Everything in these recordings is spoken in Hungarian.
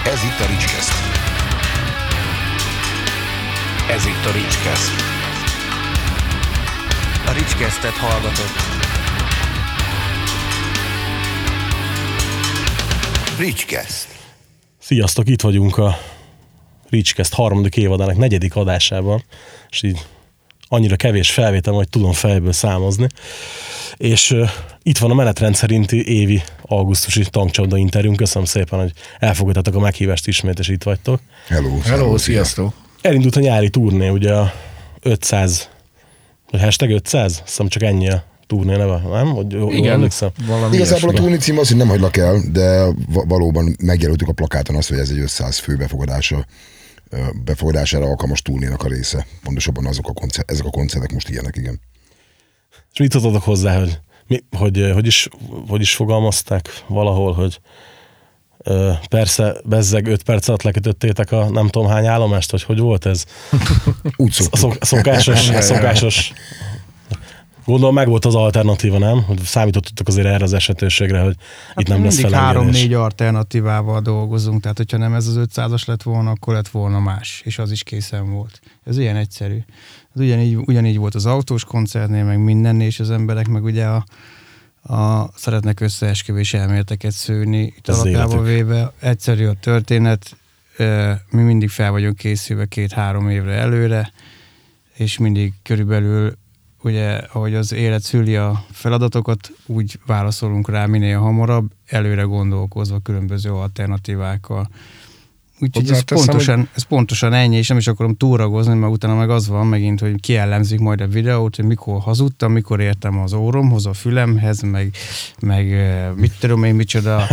Ez itt a Ricskeszt. Ez itt a Ricskeszt. A Ricskesztet hallgatott. Ricskeszt. Sziasztok, itt vagyunk a Ricskeszt 3. évadának 4. adásában, és így annyira kevés felvétel, hogy tudom fejből számozni. És itt van a menetrend szerinti évi augusztusi tankcsapda interjúnk. Köszönöm szépen, hogy elfogadtatok a meghívást ismét, és itt vagytok. Hello, sziasztok! Elindult a nyári turné, ugye a 500, vagy hashtag 500? Azt hiszem csak ennyi a turné neve, nem? Igen, valami igazából a turné cím az, hogy nem hagylak el, de valóban megjelöltük a plakáton azt, hogy ez egy 500 fő befogadására alkalmas turnénak a része. Pontosabban ezek a koncertek most ilyenek, igen. És mit adok hozzá, hogy is fogalmazták valahol, hogy persze, bezzeg 5 perc alatt lekötöttétek a nem tudom hány állomást, hogy volt ez? Úgy szoktuk. Szokásos. Gondolom meg volt az alternatíva, nem? Hogy számítottak azért erre az esetőségre, hogy itt nem lesz felengedés. Mindig 3-4 alternatívával dolgozunk, tehát hogyha nem ez az 500-as lett volna, akkor lett volna más, és az is készen volt. Ez ilyen egyszerű. Ez ugyanígy volt az autós koncertnél, meg mindennél, és az emberek meg ugye szeretnek összeesküvés elméleteket szőni. Itt alapjában véve egyszerű a történet, mi mindig fel vagyunk készülve 2-3 évre előre, és mindig körülbelül ugye, ahogy az élet szüli a feladatokat, úgy válaszolunk rá minél hamarabb, előre gondolkozva különböző alternatívákkal. Úgyhogy ez pontosan ennyi, és nem is akarom túragozni, mert utána meg az van megint, hogy kiellemzik majd a videót, hogy mikor hazudtam, mikor értem az orromhoz, a fülemhez, meg mit tudom én, micsoda.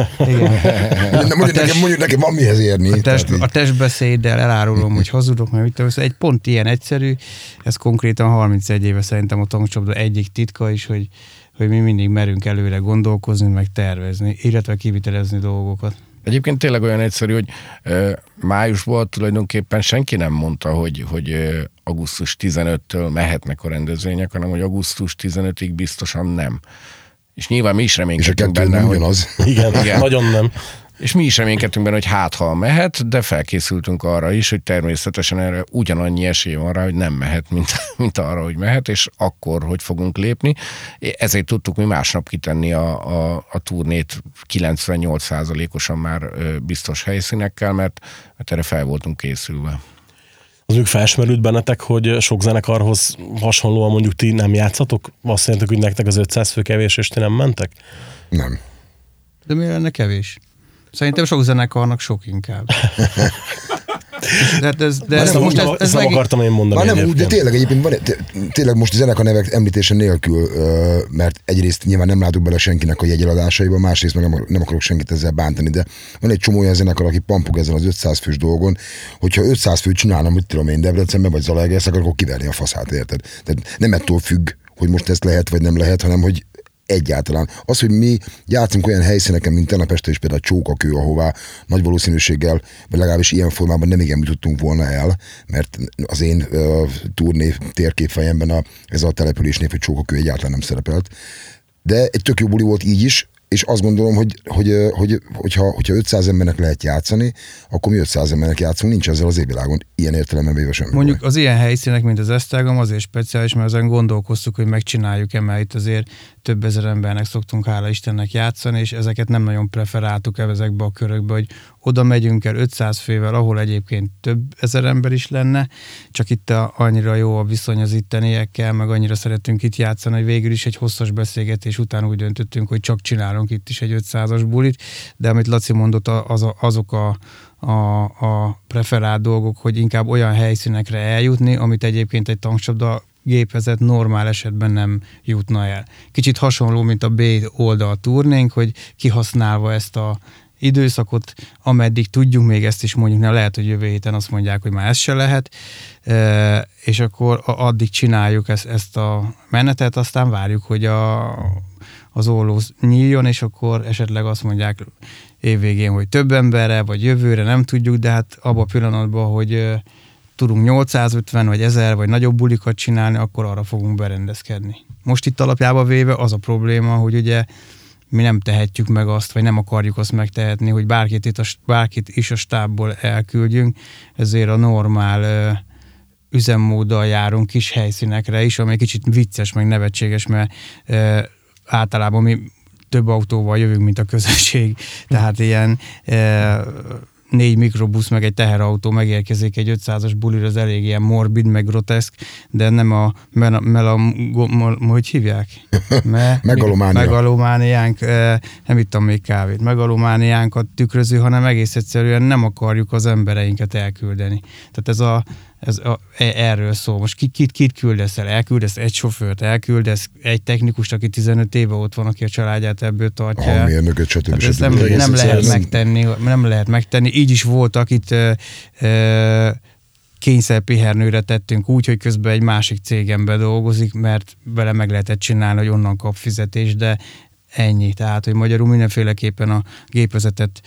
Mondjuk nekem van mihez érni. A testbeszéddel elárulom, hogy hazudok, mert mit tudom, egy pont ilyen egyszerű, ez konkrétan 31 éve szerintem a tankcsapda egyik titka is, hogy mi mindig merünk előre gondolkozni, meg tervezni, illetve kivitelezni dolgokat. Egyébként tényleg olyan egyszerű, hogy májusban tulajdonképpen senki nem mondta, hogy augusztus 15-től mehetnek a rendezvények, hanem hogy augusztus 15-ig biztosan nem. És nyilván mi is reménykedtünk benne, hogy... Igen, nagyon nem. És mi is reménykedtünk benne, hogy ha mehet, de felkészültünk arra is, hogy természetesen erre ugyanannyi esély van rá, hogy nem mehet, mint arra, hogy mehet, és akkor, hogy fogunk lépni. Ezért tudtuk mi másnap kitenni a turnét 98%-osan már biztos helyszínekkel, mert erre fel voltunk készülve. Az mondjuk felsmerült bennetek, hogy sok zenekarhoz hasonlóan mondjuk ti nem játszatok? Azt jelenti, hogy nektek az 500 fő kevés, és ti nem mentek? Nem. De miért lenne kevés? Szerintem sok zenekarnak sok inkább. Ezt nem akartam én mondani. Nem úgy, de tényleg egyébként tényleg most a zenekarnevek említése nélkül, mert egyrészt nyilván nem látok bele senkinek a jegyeladásaiba, másrészt meg nem akarok senkit ezzel bántani, de van egy csomó olyan zenekar, aki pampog ezen az 500 fős dolgon, hogyha 500 főt csinálna, mit tudom én, Debrecenben vagy Zalaegerszegen, akkor kiverni a faszát, érted? Tehát nem ettől függ, hogy most ezt lehet vagy nem lehet, hanem hogy egyáltalán. Az, hogy mi játszunk olyan helyszíneken, mint tegnap este is például a Csókakő, ahová nagy valószínűséggel, vagy legalábbis ilyen formában nem igen jutottunk volna el, mert az én turné térképfejemben ez a településnév, hogy Csókakő egyáltalán nem szerepelt. De egy tök jó buli volt így is, és azt gondolom, hogyha 500 embernek lehet játszani, akkor mi 500 embernek játszunk, nincs ezzel az évvilágon ilyen értelemben véve semmi. Mondjuk az ilyen helyszínek, mint az Esztergom, azért speciális, mert ezen gondolkoztuk, hogy megcsináljuk-e, mert itt azért több ezer embernek szoktunk, hála Istennek játszani, és ezeket nem nagyon preferáltuk ezekbe a körökbe, hogy oda megyünk el 500 fővel, ahol egyébként több ezer ember is lenne, csak itt annyira jó a viszony az itteniekkel, meg annyira szeretünk itt játszani, hogy végül is egy hosszas beszélgetés után úgy döntöttünk, hogy csak csinálunk itt is egy 500-as bulit, de amit Laci mondott, azok a preferált dolgok, hogy inkább olyan helyszínekre eljutni, amit egyébként egy tankcsapda gépezet normál esetben nem jutna el. Kicsit hasonló, mint a B oldal turnénk, hogy kihasználva ezt a időszakot, ameddig tudjuk, még ezt is mondjuk, nem lehet, hogy jövő héten azt mondják, hogy már ez se lehet, és akkor addig csináljuk ezt a menetet, aztán várjuk, hogy az olló nyíljon, és akkor esetleg azt mondják évvégén, hogy több emberre, vagy jövőre, nem tudjuk, de hát abban a pillanatban, hogy tudunk 850 vagy 1000 vagy nagyobb bulikat csinálni, akkor arra fogunk berendezkedni. Most itt alapjában véve az a probléma, hogy ugye mi nem tehetjük meg azt, vagy nem akarjuk azt megtehetni, hogy bárkit is a stábból elküldjünk, ezért a normál üzemmóddal járunk kis helyszínekre is, ami kicsit vicces, meg nevetséges, mert általában mi több autóval jövünk, mint a közösség, tehát ilyen 4 mikrobusz, meg egy teherautó megérkezik egy 500-as bulira, az elég ilyen morbid, meg groteszk, de nem hogy hívják? Megalomániánk, nem ittam még kávét, megalomániánkat tükröző, hanem egész egyszerűen nem akarjuk az embereinket elküldeni. Tehát erről szól. Most kit küldesz el? Elküldesz egy sofőrt, elküldesz egy technikust, aki 15 éve ott van, aki a családját ebből tartja. Hangmérnököt, stb. Ezt nem lehet megtenni. Így is voltak itt kényszerpihernőre tettünk úgy, hogy közben egy másik cégemben dolgozik, mert vele meg lehetett csinálni, hogy onnan kap fizetést, de ennyi. Tehát, hogy magyarul mindenféleképpen a gépezetet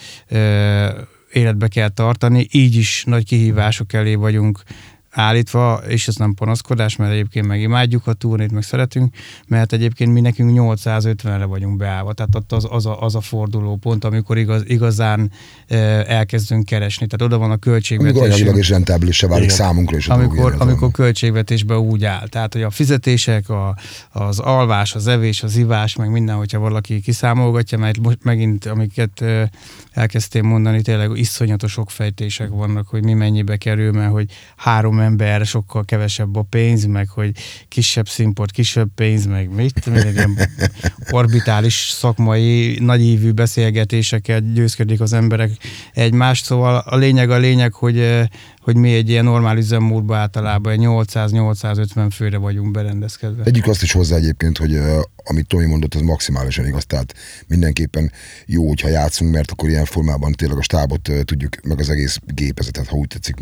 életbe kell tartani, így is nagy kihívások elé vagyunk állítva, és ez nem panaszkodás, mert egyébként meg imádjuk a turnét, meg szeretünk, mert egyébként mi nekünk 850-re vagyunk beállva, tehát ott az a fordulópont, amikor igazán elkezdünk keresni, tehát oda van a költségvetés. Amikor anyagilag és rentábilissá válik számunkra is. Amikor költségvetésben úgy áll, tehát hogy a fizetések, az alvás, az evés, az ivás, meg minden, hogyha valaki kiszámolgatja, mert most megint, amiket elkezdtem mondani, tényleg iszonyatos okfejtések vannak, hogy mi mennyibe kerül, mert hogy 3 ember sokkal kevesebb a pénz, meg hogy kisebb színpont, kisebb pénz, meg mit, ilyen orbitális szakmai, nagyívű beszélgetéseket győzködik az emberek egymást, szóval a lényeg, hogy mi egy ilyen normál üzemmódban általában 800-850 főre vagyunk berendezkedve. Tegyük azt is hozzá egyébként, hogy amit Tomi mondott, az maximálisan igaz, tehát mindenképpen jó, hogyha játszunk, mert akkor ilyen formában tényleg a stábot tudjuk, meg az egész gépezetet, ha úgy tetszik,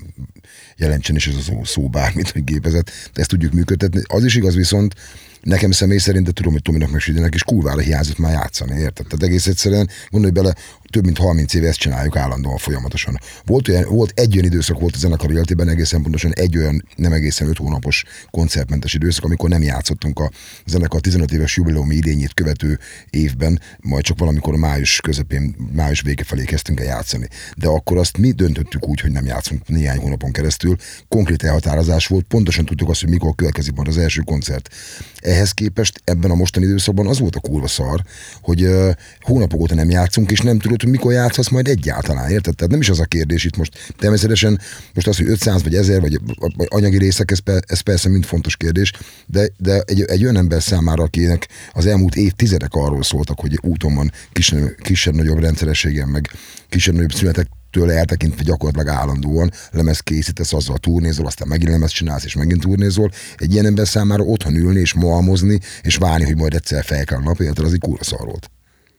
jelentsen is ez a szó bármit, hogy gépezet, de ezt tudjuk működtetni. Az is igaz viszont, nekem személy szerint, de tudom, hogy Tominak meg Südinek is kurvára hiányzott már játszani, érted? Tehát egész egyszerűen, gondolj bele, több mint 30 éve ezt csináljuk állandóan, folyamatosan. Volt egy olyan időszak volt a zenekar életében, egészen pontosan egy olyan nem egészen 5 hónapos koncertmentes időszak, amikor nem játszottunk a zenekar 15 éves jubileumi idényét követő évben, majd csak valamikor május közepén, május vége felé kezdtünk el játszani. De akkor azt mi döntöttük úgy, hogy nem játszunk néhány hónapon keresztül. Konkrét elhatározás volt, pontosan tudtuk azt, hogy mikor következik majd az első koncert. Ehhez képest ebben a mostani időszakban az volt a kurva szar, hogy hónapok óta nem játszunk, és nem tudod, hogy mikor játszhatsz majd egyáltalán, érted? Tehát nem is az a kérdés itt most. Természetesen most az, hogy 500 vagy 1000 vagy anyagi részek, ez persze mind fontos kérdés, de egy olyan ember számára, akinek az elmúlt évtizedek arról szóltak, hogy úton van kisebb-nagyobb rendszerességen, meg kisebb-nagyobb szünetektől eltekintve gyakorlatilag állandóan lemezt készítesz, azzal turnézol, aztán megint lemezt csinálsz, és megint turnézol. Egy ilyen ember számára otthon ülni és malmozni, és várni, hogy majd egyszer fel kell a nap, érted, az egy kurva szar volt.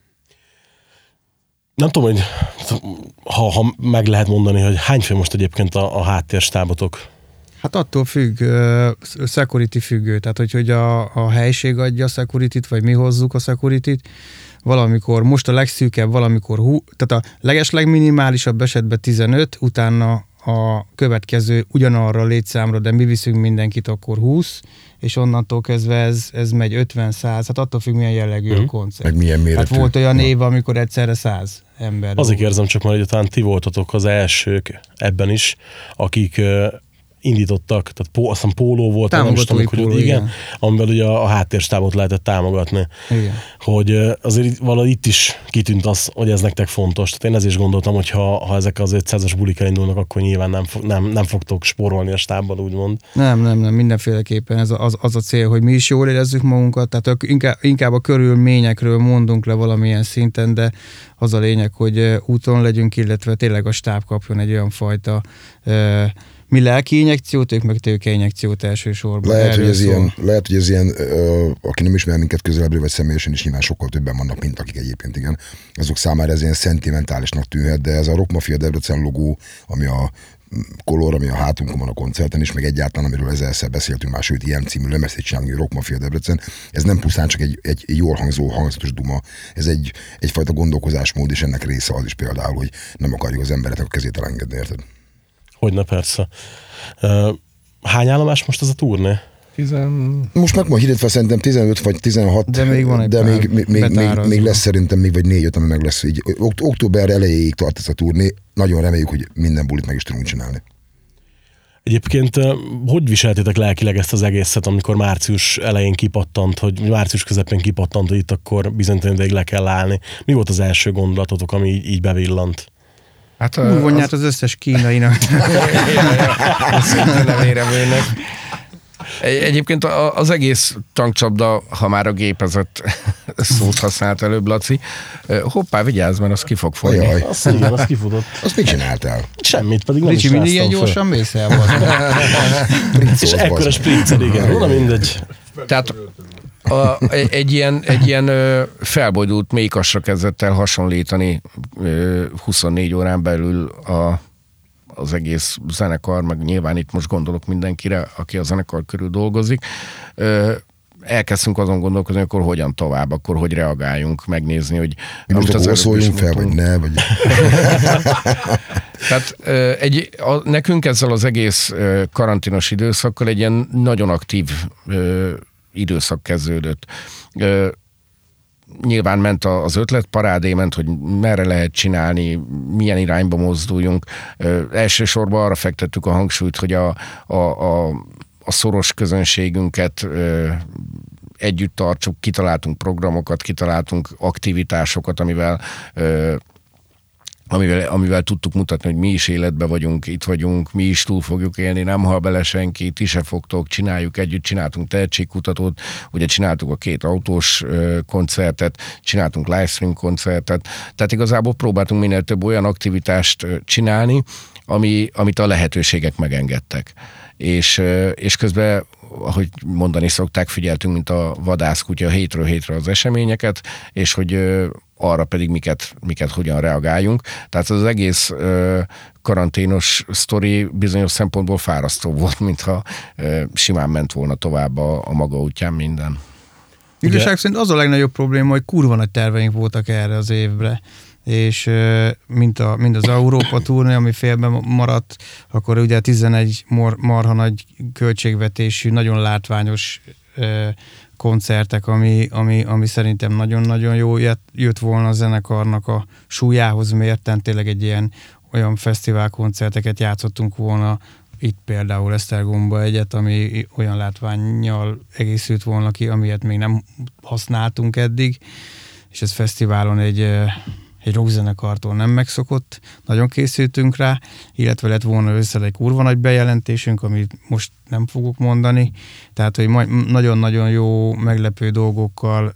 Nem tudom, hogy ha meg lehet mondani, hogy hány fő most egyébként a háttérstábotok? Hát attól függ, security függő, tehát hogy a helység adja a security-t, vagy mi hozzuk a security-t, valamikor, most a legszűkebb, valamikor tehát a legeslegminimálisabb esetben 15, utána a következő ugyanarra a létszámra, de mi viszünk mindenkit, akkor 20, és onnantól kezdve ez megy 50-100, hát attól függ, milyen jellegű a koncert. Meg milyen méretű. Hát volt olyan év, amikor egyszerre 100 ember. Azért érzem csak már, hogy talán ti voltatok az elsők ebben is, akik indítottak, tehát azt hiszem póló volt, nem is tudom, hogy igen, amivel ugye a háttérstábot lehetett támogatni. Igen. Hogy azért valahogy itt is kitűnt az, hogy ez nektek fontos. Tehát én ezért is gondoltam, hogy ha ezek az 500-as bulik elindulnak, akkor nyilván nem fogtok spórolni a stábban, úgymond. Nem, mindenféleképpen ez az a cél, hogy mi is jól érezzük magunkat, tehát inkább a körülményekről mondunk le valamilyen szinten, de az a lényeg, hogy úton legyünk, illetve tényleg a stáb kapjon egy olyan fajta mi lelki injekciót, ők meg tőkeinjekciót elsősorban. Lehet, hogy ez ilyen, aki nem ismer minket közelebbről, vagy személyesen is nyilván sokkal többen vannak, mint akik egyébként igen. Azok számára ez ilyen szentimentálisnak tűnhet, de ez a Rock Mafia Debrecen logó, ami a kolor, ami a hátunkon van a koncerten is, meg egyáltalán, amiről ezerszer beszéltünk már, sőt, ilyen című lemezét csinálni, hogy Rock Mafia Debrecen, ez nem pusztán csak egy jól hangzó, hangzatos duma, ez egyfajta gondolkozásmód, és ennek része az is például, hogy nem akarjuk az embereknek a kezét elengedni, érted? Hogyne, persze. Hány állomás most ez a turné? Most meg ma hirdetve szerintem 15 vagy 16, de még van egy de pár még lesz szerintem még vagy 4-5, ami meg lesz. Így, október elejéig tart ez a turné. Nagyon reméljük, hogy minden bulit meg is tudunk csinálni. Egyébként hogy viseltétek lelkileg ezt az egészet, amikor március elején kipattant, hogy március közepén kipattant, hogy itt akkor bizonytalan ideig le kell állni? Mi volt az első gondolatotok, ami így bevillant? Hát vonját az összes kínainak. Nem éremőnek. Egyébként az egész tankcsapda, ha már a gépezett szót használt előbb, Laci, hoppá, vigyázz, mert az ki fog folyni. Az kifutott. Azt mit csináltál? Semmit, pedig nem Ricsi, is mindig ilyen ráztam gyorsan mész el? És ekkora spriccel, igen. Na mindegy. Tehát egy ilyen felbojdult mélykasra kezdett el hasonlítani 24 órán belül az egész zenekar, meg nyilván itt most gondolok mindenkire, aki a zenekar körül dolgozik. Elkezdtünk azon gondolkozni, akkor hogyan tovább, akkor hogy reagáljunk, megnézni, hogy... Most akkor szóljunk fel, vagy ne, vagy... Tehát nekünk ezzel az egész karanténos időszakkal egy ilyen nagyon aktív időszak kezdődött. Nyilván ment az ötletparádé, ment, hogy merre lehet csinálni, milyen irányba mozduljunk. Elsősorban arra fektettük a hangsúlyt, hogy a szoros közönségünket együtt tartsuk, kitaláltunk programokat, kitaláltunk aktivitásokat, amivel tudtuk mutatni, hogy mi is életben vagyunk, itt vagyunk, mi is túl fogjuk élni, nem hal bele senki, ti se fogtok, csináljuk együtt, csináltunk tehetségkutatót, ugye csináltuk a 2 autós koncertet, csináltunk livestream koncertet, tehát igazából próbáltunk minél több olyan aktivitást csinálni, amit a lehetőségek megengedtek. És közben, ahogy mondani szokták, figyeltünk, mint a vadászkutya hétről hétre az eseményeket, és hogy arra pedig miket hogyan reagáljunk. Tehát az egész karanténos sztori bizonyos szempontból fárasztó volt, mintha simán ment volna tovább a maga útján minden. Igazság szerint az a legnagyobb probléma, hogy kurva nagy terveink voltak erre az évre, és mind az Európa turné, ami félben maradt, akkor ugye 11 marha nagy költségvetésű, nagyon látványos koncertek, ami szerintem nagyon-nagyon jó jött volna a zenekarnak a súlyához mérten, tényleg egy olyan fesztiválkoncerteket játszottunk volna, itt például Esztergomba egyet, ami olyan látvánnyal egészült volna ki, amilyet még nem használtunk eddig, és ez fesztiválon egy rockzenekartól nem megszokott, nagyon készültünk rá, illetve lett volna össze egy kurva nagy bejelentésünk, amit most nem fogok mondani, tehát, hogy nagyon-nagyon jó, meglepő dolgokkal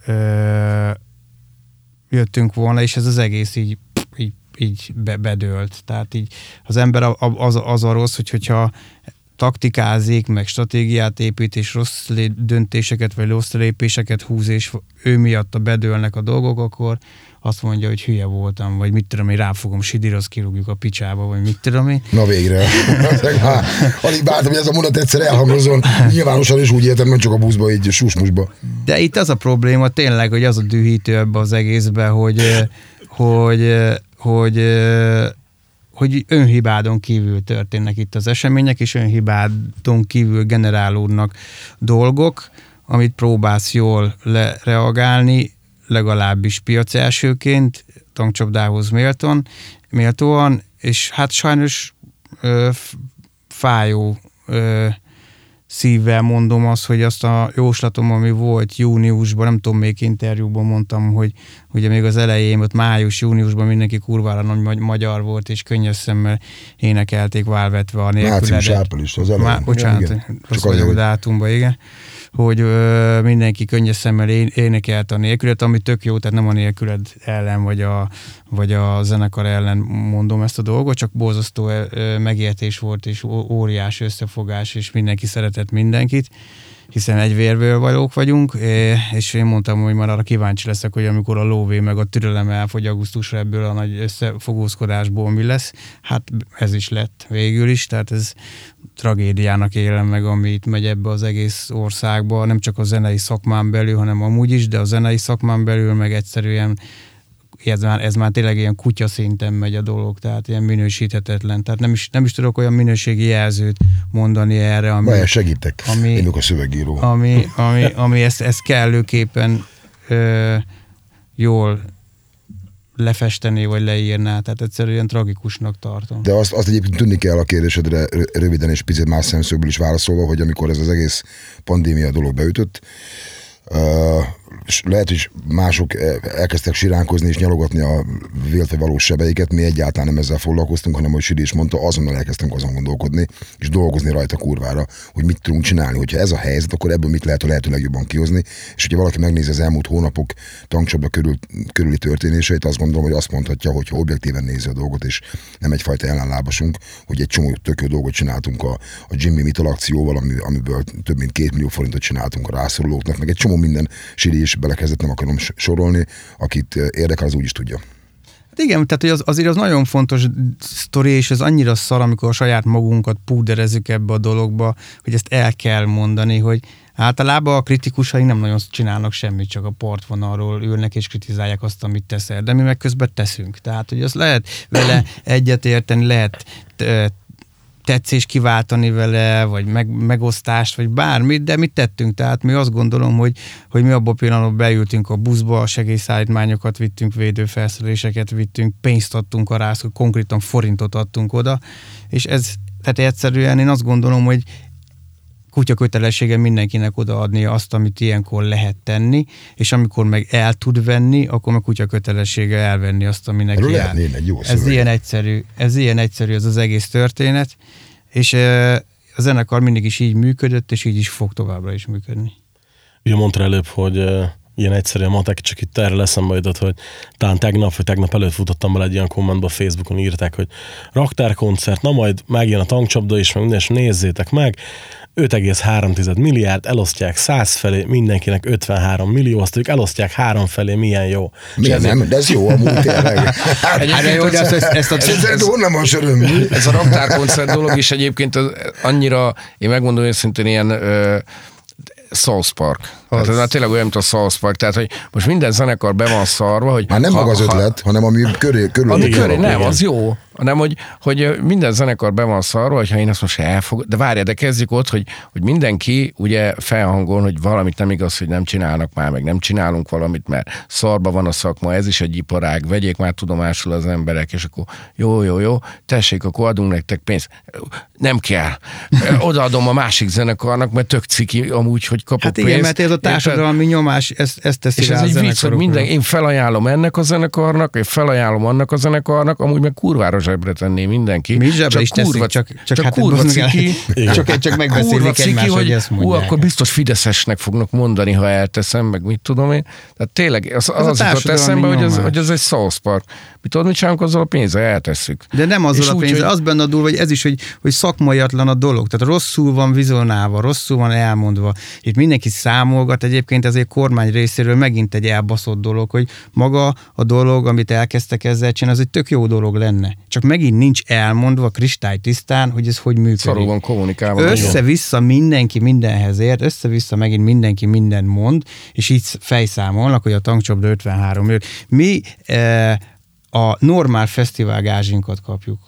jöttünk volna, és ez az egész így bedőlt. Tehát így az ember az a rossz, hogyha taktikázik, meg stratégiát épít, és rossz döntéseket, vagy rossz lépéseket húz, és ő miatt bedőlnek a dolgok, akkor azt mondja, hogy hülye voltam, vagy mit tudom én, ráfogom Sidir, azt kirúgjuk a picsába, vagy mit tudom én. Na végre. Alig vártam, hogy ez a mondat egyszer elhangozzon. Nyilvánosan is úgy értem, nem csak a buszba, így susmusba. De itt az a probléma tényleg, hogy az a dühítő ebbe az egészbe, hogy önhibádon kívül történnek itt az események, és önhibádon kívül generálódnak dolgok, amit próbálsz jól reagálni, legalábbis piac elsőként, tankcsapdához méltóan, és hát sajnos fájó szívvel mondom azt, hogy azt a jóslatom, ami volt júniusban, nem tudom, még interjúban mondtam, hogy ugye még az elején, ott május-júniusban mindenki kurvára nagy magyar volt, és könnyes szemmel énekelték válvetve a nélküledet. Március-április, az elején. Bocsánat, rossz vagyok a dátumban, igen. Hogy mindenki könnyes szemmel énekelt a nélkület, ami tök jó, tehát nem a nélkület ellen, vagy a zenekar ellen mondom ezt a dolgot, csak borzasztó megértés volt, és óriási összefogás, és mindenki szeretett mindenkit, hiszen egy vérből valók vagyunk, és én mondtam, hogy már arra kíváncsi leszek, hogy amikor a lóvé meg a türelem elfogy augusztusra, ebből a nagy összefogózkodásból mi lesz. Hát ez is lett végül is, tehát ez tragédiának élem meg, ami itt megy ebbe az egész országba, nem csak a zenei szakmán belül, hanem amúgy is, de a zenei szakmán belül meg egyszerűen ez már tényleg ilyen kutya szinten megy a dolog, tehát ilyen minősíthetetlen. Tehát nem is tudok olyan minőségi jelzőt mondani erre, Vajon segítek, én a szövegíró. Ami ezt kellőképpen jól lefestené, vagy leírná, tehát egyszerűen tragikusnak tartom. De azt egyébként tudni kell a kérdésedre röviden és picit más szemszögből is válaszolva, hogy amikor ez az egész pandémia dolog beütött, lehet, hogy mások elkezdtek siránkozni és nyalogatni a vélt vagy valós sebeiket, mi egyáltalán nem ezzel foglalkoztunk, hanem, hogy Siri is mondta, azonnal elkezdtünk azon gondolkodni, és dolgozni rajta kurvára, hogy mit tudunk csinálni. Hogyha ez a helyzet, akkor ebből mit lehet a lehető legjobban kihozni, és hogyha valaki megnézi az elmúlt hónapok tankcsapda körüli történéseit, azt gondolom, hogy azt mondhatja, hogy ha objektíven nézi a dolgot, és nem egyfajta ellenlábasunk, hogy egy csomó tök jó dolgot csináltunk a Jimmy Mittal akcióval, amiből több mint 2 millió forintot csináltunk a rászorulóknak, meg egy csomó minden. Siri is belekezdett, nem akarom sorolni, akit érdekel, az úgy is tudja. Hát igen, tehát hogy azért az nagyon fontos sztori, és ez annyira szar, amikor a saját magunkat púderezzük ebbe a dologba, hogy ezt el kell mondani, hogy általában a kritikusaink nem nagyon csinálnak semmit, csak a partvonalról ülnek és kritizálják azt, amit teszel, de mi meg közben teszünk. Tehát, hogy azt lehet vele egyetérteni, lehet tetszés kiváltani vele, vagy megosztást, vagy bármit, de mit tettünk? Tehát mi azt gondolom, hogy mi abban a pillanatban beültünk a buszba, segélyszállítmányokat vittünk, védőfelszereléseket vittünk, pénzt adtunk a rászok, konkrétan forintot adtunk oda, és ez, tehát egyszerűen én azt gondolom, hogy kutya kötelessége mindenkinek odaadni azt, amit ilyenkor lehet tenni, és amikor meg el tud venni, akkor meg kutya kötelessége elvenni azt, ami neki jár. Ez ilyen egyszerű ez az egész történet, és a zenekar mindig is így működött, és így is fog továbbra is működni. Ugye mondta előbb, hogy ilyen egyszerű a matek, csak itt erre eszembe jutott, hogy talán tegnap előtt futottam bele egy ilyen kommentbe a Facebookon, írták, hogy raktárkoncert, na majd megjön a tankcsapda is, meg minden, és nézzétek meg, 5,3 milliárd, elosztják 100 felé, mindenkinek 53 millió, azt ők elosztják 3 felé, milyen jó. Milyen nem? De ez jó amúgy tényleg. Ez a raktárkoncert dolog is egyébként annyira, én megmondom őszintén, ilyen South Park. Tehát tényleg olyan, mint a South Park. Tehát, hogy most minden zenekar be van szarva, hogy... Már nem maga az ötlet, hanem ami körül. Nem, az jó. Hanem, hogy minden zenekar be van szarva, hogyha én azt most elfogom. De várj, de kezdjük ott, hogy mindenki ugye felhangol, hogy valamit nem igaz, hogy nem csinálnak már, meg nem csinálunk valamit, mert szarba van a szakma, ez is egy iparág, vegyék már tudomásul az emberek, és akkor jó, tessék, akkor adunk nektek pénzt. Nem kell. Odaadom a másik zenekarnak, mert tök ciki amúgy, hogy kapok pénzt. Igen, mert ez a társadalmi nyomás, ezt teszi és rá ez egy vicc, hogy én felajánlom ennek a zenekarnak, én felajánlom annak a zenekarnak, amúgy meg kurvára zsebre tenné mindenki. Mi zsebre is teszik, csak hát kurva ciki. Csak megbeszélik egymást, hogy ezt mondják. Akkor biztos fideszesnek fognak mondani, ha elteszem, meg mit tudom én. Tehát tényleg az jutott eszembe, hogy ez egy South Park. Mi tudod, mit csinálunk azzal a pénzzel? Eltesszük. De nem azzal a pénzzel, az benne a durva, hogy ez is, hogy szakmaiatlan a dolog. Tehát rosszul van vizionálva, rosszul van elmondva. Itt mindenki számolgat, egyébként ezért kormány részéről megint egy elbaszott dolog, hogy maga a dolog, amit elkezdtek ezzel csinálni, az egy tök jó dolog lenne. Csak megint nincs elmondva kristálytisztán, hogy ez hogy működik. Szarul van kommunikálva. Össze-vissza mindenki mindenhez ért, össze-vissza megint mindenki mindent mond, és így fejszámolnak, hogy a tankcsapda 53 millió. Mi a normál fesztivál gázsinkat kapjuk.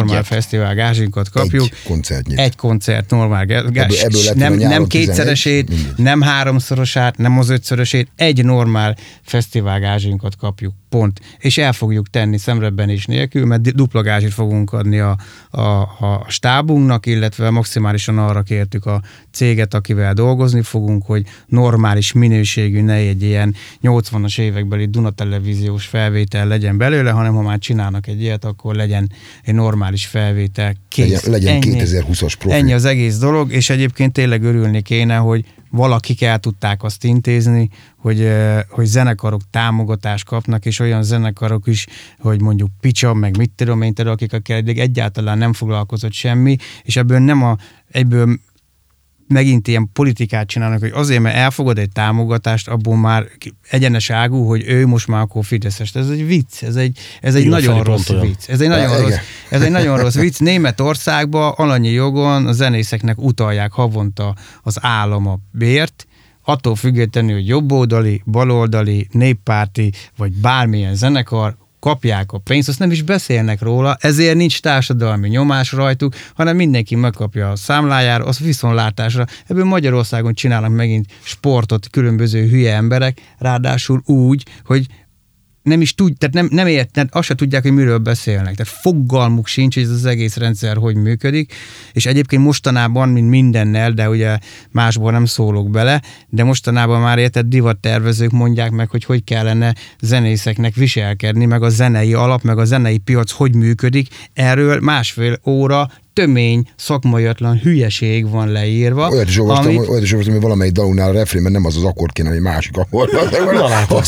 Egy koncert normál gázs. Nem kétszeresét, nem háromszorosát, nem az 5-szörösét, egy normál fesztivál gázsinkat kapjuk. Pont. És el fogjuk tenni szemrebbenés nélkül, mert dupla gázsit fogunk adni a stábunknak, illetve maximálisan arra kértük a céget, akivel dolgozni fogunk, hogy normális minőségű, ne egy ilyen 80-as évekbeli Duna televíziós felvétel legyen belőle, hanem ha már csinálnak egy ilyet, akkor legyen egy normális felvétel. Kész. Legyen 2020-as profi. Ennyi az egész dolog, és egyébként tényleg örülni kéne, hogy valakik el tudták azt intézni, hogy zenekarok támogatást kapnak, és olyan zenekarok is, hogy mondjuk Picsa, meg mit tudom én, akikkel egyáltalán nem foglalkozott semmi, és egyből megint ilyen politikát csinálnak, hogy azért, mert elfogad egy támogatást, abból már egyenes ágú, hogy ő most már akkor fideszes. Ez egy vicc, ez egy nagyon rossz vicc. Ez egy nagyon rossz vicc. Németországban alanyi jogon a zenészeknek utalják havonta az állam a bért, attól függetlenül, hogy jobboldali, baloldali, néppárti, vagy bármilyen zenekar, kapják a pénzt, azt nem is beszélnek róla, ezért nincs társadalmi nyomás rajtuk, hanem mindenki megkapja a számlájára, az viszontlátásra. Ebből Magyarországon csinálnak megint sportot különböző hülye emberek, ráadásul úgy, hogy nem is tehát nem érted, azt se tudják, hogy miről beszélnek. Tehát fogalmuk sincs, hogy ez az egész rendszer hogy működik, és egyébként mostanában, mint mindennel, de ugye másból nem szólok bele, de mostanában már érted divattervezők mondják meg, hogy kellene zenészeknek viselkedni, meg a zenei alap, meg a zenei piac hogy működik. Erről másfél óra tömény, szakmaiatlan hülyeség van leírva. Olyat is olvastam, hogy valamelyik dalunknál a refrénben nem az az akkord kéne, hogy másik akkord. Na látod,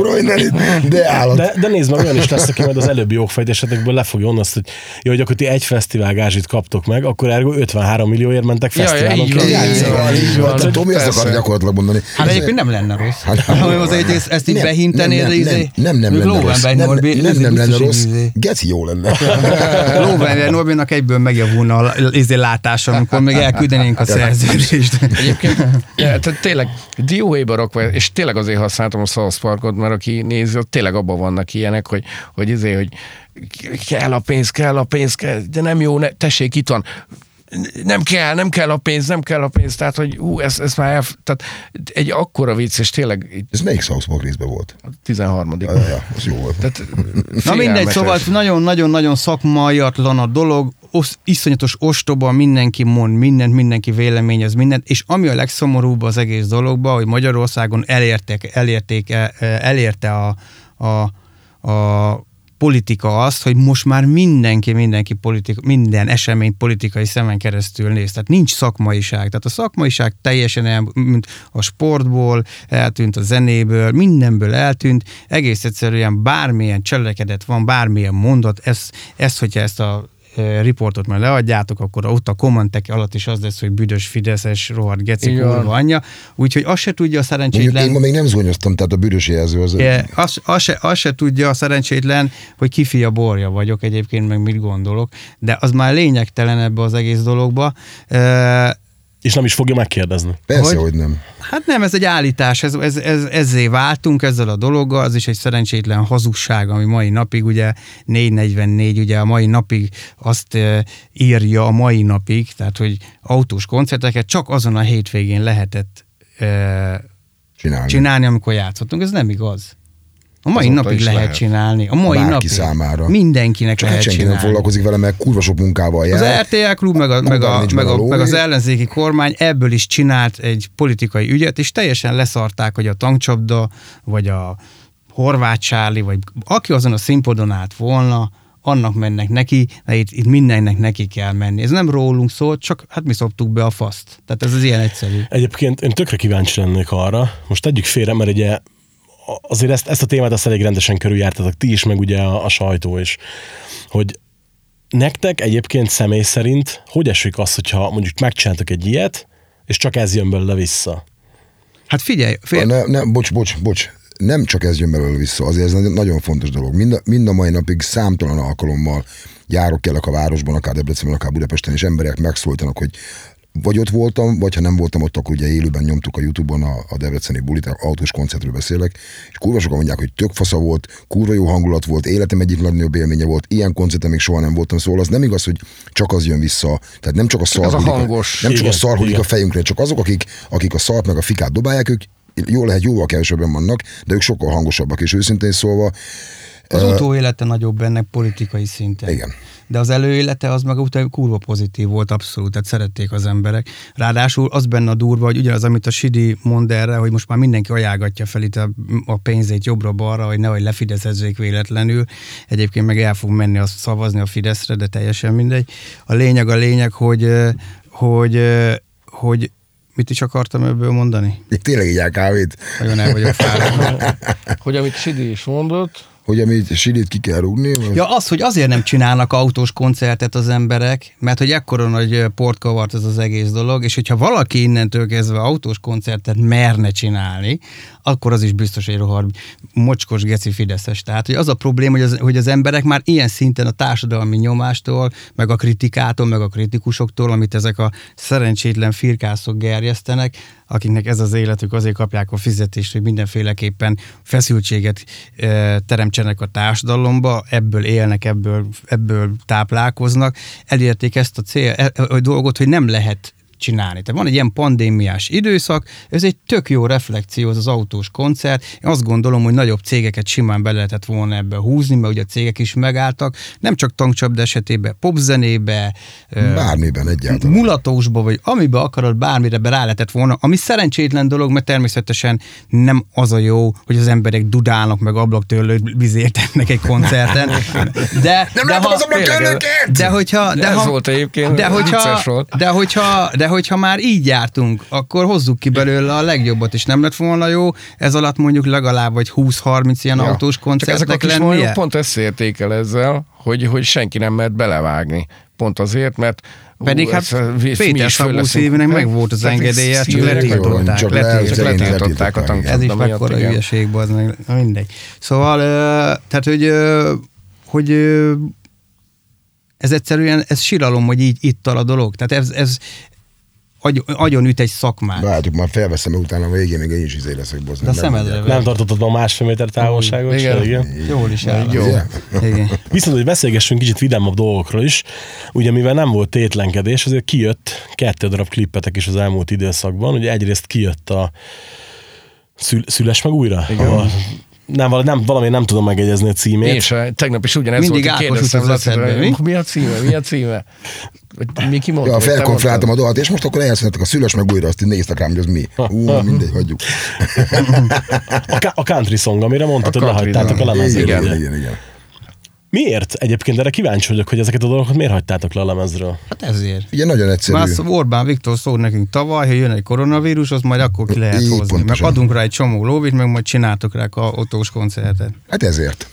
de nézd meg, olyan is lesz, aki majd az előbbi jogfejtésetekből le fogja onnan azt, hogy jó, hogy akkor ti egy fesztivál gázsit kaptok meg, akkor ergo 53 millióért mentek fesztiválon. Tomi ezt akar gyakorlatilag mondani. Hát egyébként nem lenne rossz. Ezt így behinteni, nem lenne rossz. Geci jó lenne. Lóvenber Norbinak egyből megjavulna a látása, amikor még elküldenénk a szerződést. Egyébként tehát tényleg dióhéjba rakva, és tényleg azért használtam a South Parkot, mert aki nézi, ott tényleg abban vannak ilyenek, hogy kell a pénz, de nem jó, tessék, itt van. Nem kell a pénz, tehát, hogy ez már tehát egy akkora vicc, és tényleg... Ez melyik South Park részben volt? A 13. Az jó volt. Tehát, na mindegy, szóval nagyon-nagyon szakmaiatlan a dolog, iszonyatos ostoba, mindenki mond mindent, mindenki véleményez mindent, és ami a legszomorúbb az egész dologban, hogy Magyarországon elérte a politika azt, hogy most már mindenki minden eseményt politikai szemen keresztül néz. Tehát nincs szakmaiság. Tehát a szakmaiság teljesen eltűnt a sportból, eltűnt a zenéből, mindenből eltűnt. Egész egyszerűen bármilyen cselekedet van, bármilyen mondat, hogyha ezt a riportot már leadjátok, akkor ott a kommentek alatt is az lesz, hogy büdös fideszes, rohadt geci kurva anyja. Úgyhogy azt se tudja a szerencsétlen... Én ma még nem zúnyoztam, tehát a büdös jelző az... Azt se tudja a szerencsétlen, hogy ki fia borja vagyok egyébként, meg mit gondolok, de az már lényegtelen ebbe az egész dologba. És nem is fogja megkérdezni. Persze, hogy nem. Hát nem, ez egy állítás, ezzé váltunk ezzel a dologgal, az is egy szerencsétlen hazugság, ami mai napig, ugye 444, ugye a mai napig azt írja a mai napig, tehát hogy autós koncerteket csak azon a hétvégén lehetett csinálni, amikor játszottunk. Ez nem igaz. A mai napig lehet csinálni. A mai napig számára. Mindenkinek csak lehet senki csinálni. nem foglalkozik vele, meg kurva sok munkával jár. Az RTL Klub, meg az ellenzéki kormány ebből is csinált egy politikai ügyet, és teljesen leszarták, hogy a tankcsapda, vagy a Horváth Charlie, vagy aki azon a színpadon állt volna, annak mennek neki, mert itt mindennek neki kell menni. Ez nem rólunk szól, csak hát mi szoptuk be a faszt. Tehát ez az ilyen egyszerű. Egyébként én tökre kíváncsi lennék arra, most tegyük félre, mert ugye azért ezt a témát azt elég rendesen körüljártatok ti is, meg ugye a sajtó is, hogy nektek egyébként személy szerint hogy esik az, hogyha mondjuk megcsináltok egy ilyet, és csak ez jön belőle vissza? Hát figyelj. Bocs. Nem csak ez jön belőle vissza, azért ez nagyon fontos dolog. Mind a mai napig számtalan alkalommal járok el a városban, akár Debrecenben, akár Budapesten, és emberek megszólítanak, hogy vagy ott voltam, vagy ha nem voltam ott, akkor ugye élőben nyomtuk a YouTube-on a debreceni bulit, autós koncertről beszélek, és kurva sokan mondják, hogy tök fasza volt, kurva jó hangulat volt, életem egyik legnagyobb élménye volt, ilyen koncerten még soha nem voltam, szóval az nem igaz, hogy csak az jön vissza, tehát nem csak a szar, nem csak a szar a fejünkre, csak azok, akik a szart meg a fikát dobálják, ők jól lehet, jóval kevesebben vannak, de ők sokkal hangosabbak, és őszintén szólva. Az utóélete nagyobb ennek politikai szinten. Igen. De az előélete az meg utána kurva pozitív volt, abszolút, tehát szerették az emberek. Ráadásul az benne a durva, hogy ugyanaz, amit a Sidi mond erre, hogy most már mindenki ajánlgatja fel itt a pénzét jobbra-balra, hogy nehogy lefideszezzék véletlenül. Egyébként meg el fog menni szavazni a Fideszre, de teljesen mindegy. A lényeg, hogy mit is akartam ebből mondani? Tényleg így kávét. Nagyon el vagyok fáradva. Hogy amit Sidi is mondott, hogy amit Sidit ki kell rúgni? Ja, az, hogy azért nem csinálnak autós koncertet az emberek, mert hogy ekkora nagy port kavart ez az egész dolog, és hogyha valaki innentől kezdve autós koncertet merne csinálni, akkor az is biztos egy rohadt mocskos geci fideszes. Tehát hogy az a probléma, hogy az emberek már ilyen szinten a társadalmi nyomástól, meg a kritikától, meg a kritikusoktól, amit ezek a szerencsétlen firkászok gerjesztenek, akiknek ez az életük, azért kapják a fizetést, hogy mindenféleképpen feszültséget teremtsenek a társadalomba, ebből élnek, ebből táplálkoznak, elérték ezt a dolgot, hogy nem lehet csinálni. Tehát van egy ilyen pandémiás időszak, ez egy tök jó reflexió, az autós koncert. Én azt gondolom, hogy nagyobb cégeket simán be lehetett volna ebbe húzni, mert ugye a cégek is megálltak, nem csak tankcsapda esetében, popzenébe, bármiben egyáltalán. mulatósba, vagy amiben akarod, bármire be rá lehetett volna, ami szerencsétlen dolog, mert természetesen nem az a jó, hogy az emberek dudálnak, meg ablaktörlőt vizértetnek egy koncerten. Nem látom az ablaktörlőket! De hogyha már így jártunk, akkor hozzuk ki belőle a legjobbat, és nem lett volna jó, ez alatt mondjuk legalább vagy 20-30 ilyen autós koncertnek lennie. Ezek a pont összeértékel ezzel, hogy senki nem mert belevágni. Pont azért, mert pedig Péter Szabó-Szilvinek meg volt az engedélye, csak letiltották a tankcsapda. Ez is mekkora hülyeség, meg mindegy. Szóval, tehát, hogy ez egyszerűen, ez síralom, hogy így itt a dolog. Tehát ez agyon üt egy szakmát. Várjuk, már felveszem, mert utána a végén még én is leszek, bozd. De a szemedre. Nem tartottad ma másfél méter távolságot? Igen. Jól is áll. Jó. Igen. Viszont, hogy beszélgessünk kicsit vidámabb dolgokról is, ugye mivel nem volt tétlenkedés, azért kijött 2 darab klippetek is az elmúlt időszakban. Ugye egyrészt kijött a Szüles meg újra? Valami nem tudom megegyezni a címét. És tegnap is ugyanez mindig volt, hogy kérdeztem eszedbe, mi a címe? Mi kimondta? Ja, felkonferáltam a dolgot, és most akkor elszülettek a Szüles meg újra, azt így néztek rám, hogy az mi. Mindegy, hagyjuk. A country song, amire mondtad, hogy lehagytátok a lemezről. Igen. Miért? Egyébként erre kíváncsi vagyok, hogy ezeket a dolgokat miért hagytátok le a lemezről? Hát ezért. Ugye nagyon egyszerű. Már Orbán Viktor szólt nekünk tavaly, hogy jön egy koronavírus, az majd akkor ki lehet hozni. Pontosan. Meg adunk rá egy csomó lóvit, meg majd csináltok rá autós koncertet. Hát ezért.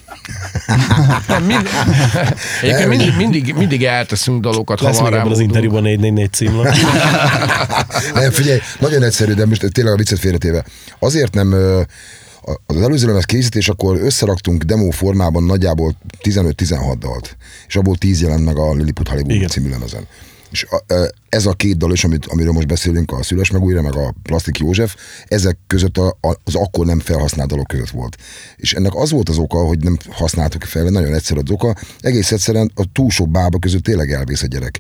mindig elteszünk dalokat, lesz ha van rá az interjúban 444 címlap. Nem, figyelj, nagyon egyszerű, de most tényleg a viccet félretéve. Azért nem... Az előző lemez készítésekor összeraktunk demo formában nagyjából 15-16 dalt, és abból 10 jelent meg a Lilliput Hollywood című lemezen. És ez a 2 dal is, amiről most beszélünk, a Szüles meg újra, meg a Plastik József, ezek között az akkor nem felhasznált dalok között volt. És ennek az volt az oka, hogy nem használtuk fel, nagyon egyszerű az oka, egész egyszerűen a túl sok bába között tényleg elvész a gyerek.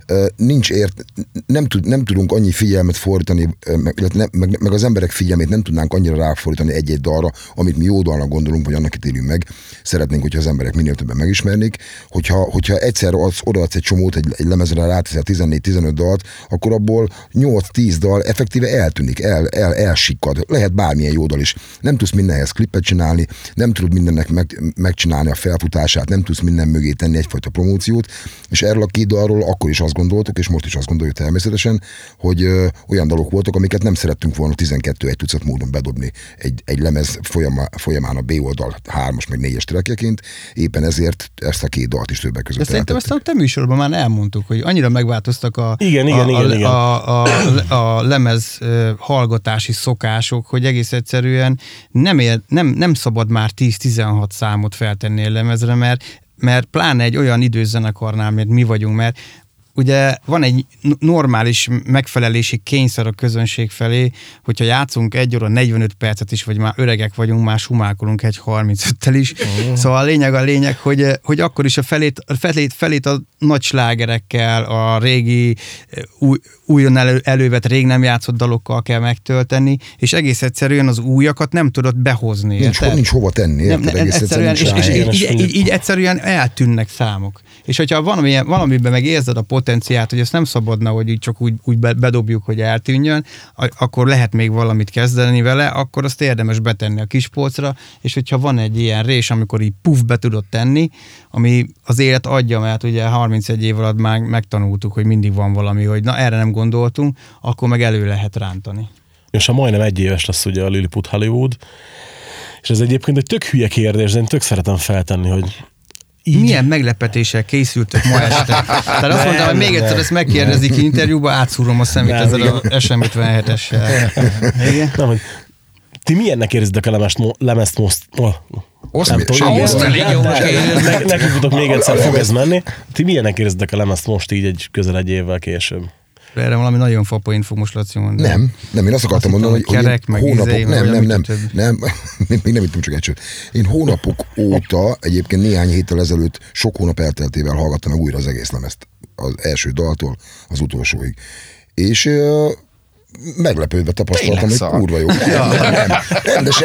Nem tudunk annyi figyelmet fordítani, meg az emberek figyelmét nem tudnánk annyira ráfordítani egy-egy dalra, amit mi jó dalnak gondolunk, hogy annak ítélünk meg. Szeretnénk, hogyha az emberek minél többen megismernék, hogyha egyszer odaadsz egy csomót, egy lemezre ráteszel 14-15 dalt, akkor abból 8-10 dal effektíve eltűnik, elsikkad. Lehet bármilyen jó dal is. Nem tudsz mindenhez klippet csinálni, nem tudod mindennek megcsinálni a felfutását, nem tudsz minden mögé tenni egyfajta promóciót, és erről a 2 dalról akkor is azt gondoltuk, és most is azt gondoljuk természetesen, hogy olyan dalok voltak, amiket nem szerettünk volna 12 tucat módon bedobni egy lemez folyamán a B oldal 3-as meg 4-es trackjeként, éppen ezért ezt a 2 dalt is többek között szerintem ezt a te műsorban már elmondtuk, hogy annyira megváltoztak a lemez hallgatási szokások, hogy egész egyszerűen nem szabad már 10-16 számot feltenni a lemezre, mert pláne egy olyan időzenekarnál, mint mi vagyunk, mert ugye van egy normális megfelelési kényszer a közönség felé, hogyha játszunk 1 óra 45 percet is, vagy már öregek vagyunk, már sumálkolunk egy 35-tel is. Szóval a lényeg, hogy akkor is a felét a nagy slágerekkel, a régi újon elővett, rég nem játszott dalokkal kell megtölteni, és egész egyszerűen az újakat nem tudod behozni. Nincs hova tenni. Így egyszerűen eltűnnek számok. És hogyha valamiben meg érzed a potenciált, hogy ezt nem szabadna, hogy így csak úgy bedobjuk, hogy eltűnjön, akkor lehet még valamit kezdeni vele, akkor azt érdemes betenni a kispolcra, és hogyha van egy ilyen rés, amikor így be tudod tenni, ami az élet adja, mert ugye 31 év alatt már megtanultuk, hogy mindig van valami, hogy na erre nem gondoltunk, akkor meg elő lehet rántani. És majdnem 1 éves lesz ugye a Lilliput Hollywood, és ez egyébként egy tök hülye kérdés, de én tök szeretem feltenni, hogy így. Milyen meglepetéssel készültök ma este? Tehát azt mondtam, hogy még egyszer ezt megkérdezik interjúba, átszúrom a szemét ezzel a SM57-essel. Nem, hogy ti milyennek érzitek a lemezt most? Neki futok még egyszer, fog ez menni. Ti milyennek érzitek a lemezt most így közel 1 évvel később? Erre valami nagyon fapoint fog most Laci mondani. Nem, én azt akartam mondani, hogy kerek, én meg hónapok, nem, még nem ittam csak egy sőt. Én hónapok óta, egyébként néhány héttel ezelőtt, sok hónap elteltével hallgattam meg újra az egész lemezt. Az első daltól az utolsóig. És meglepődve tapasztaltam, hogy kurva jó. Nem. Rendesen.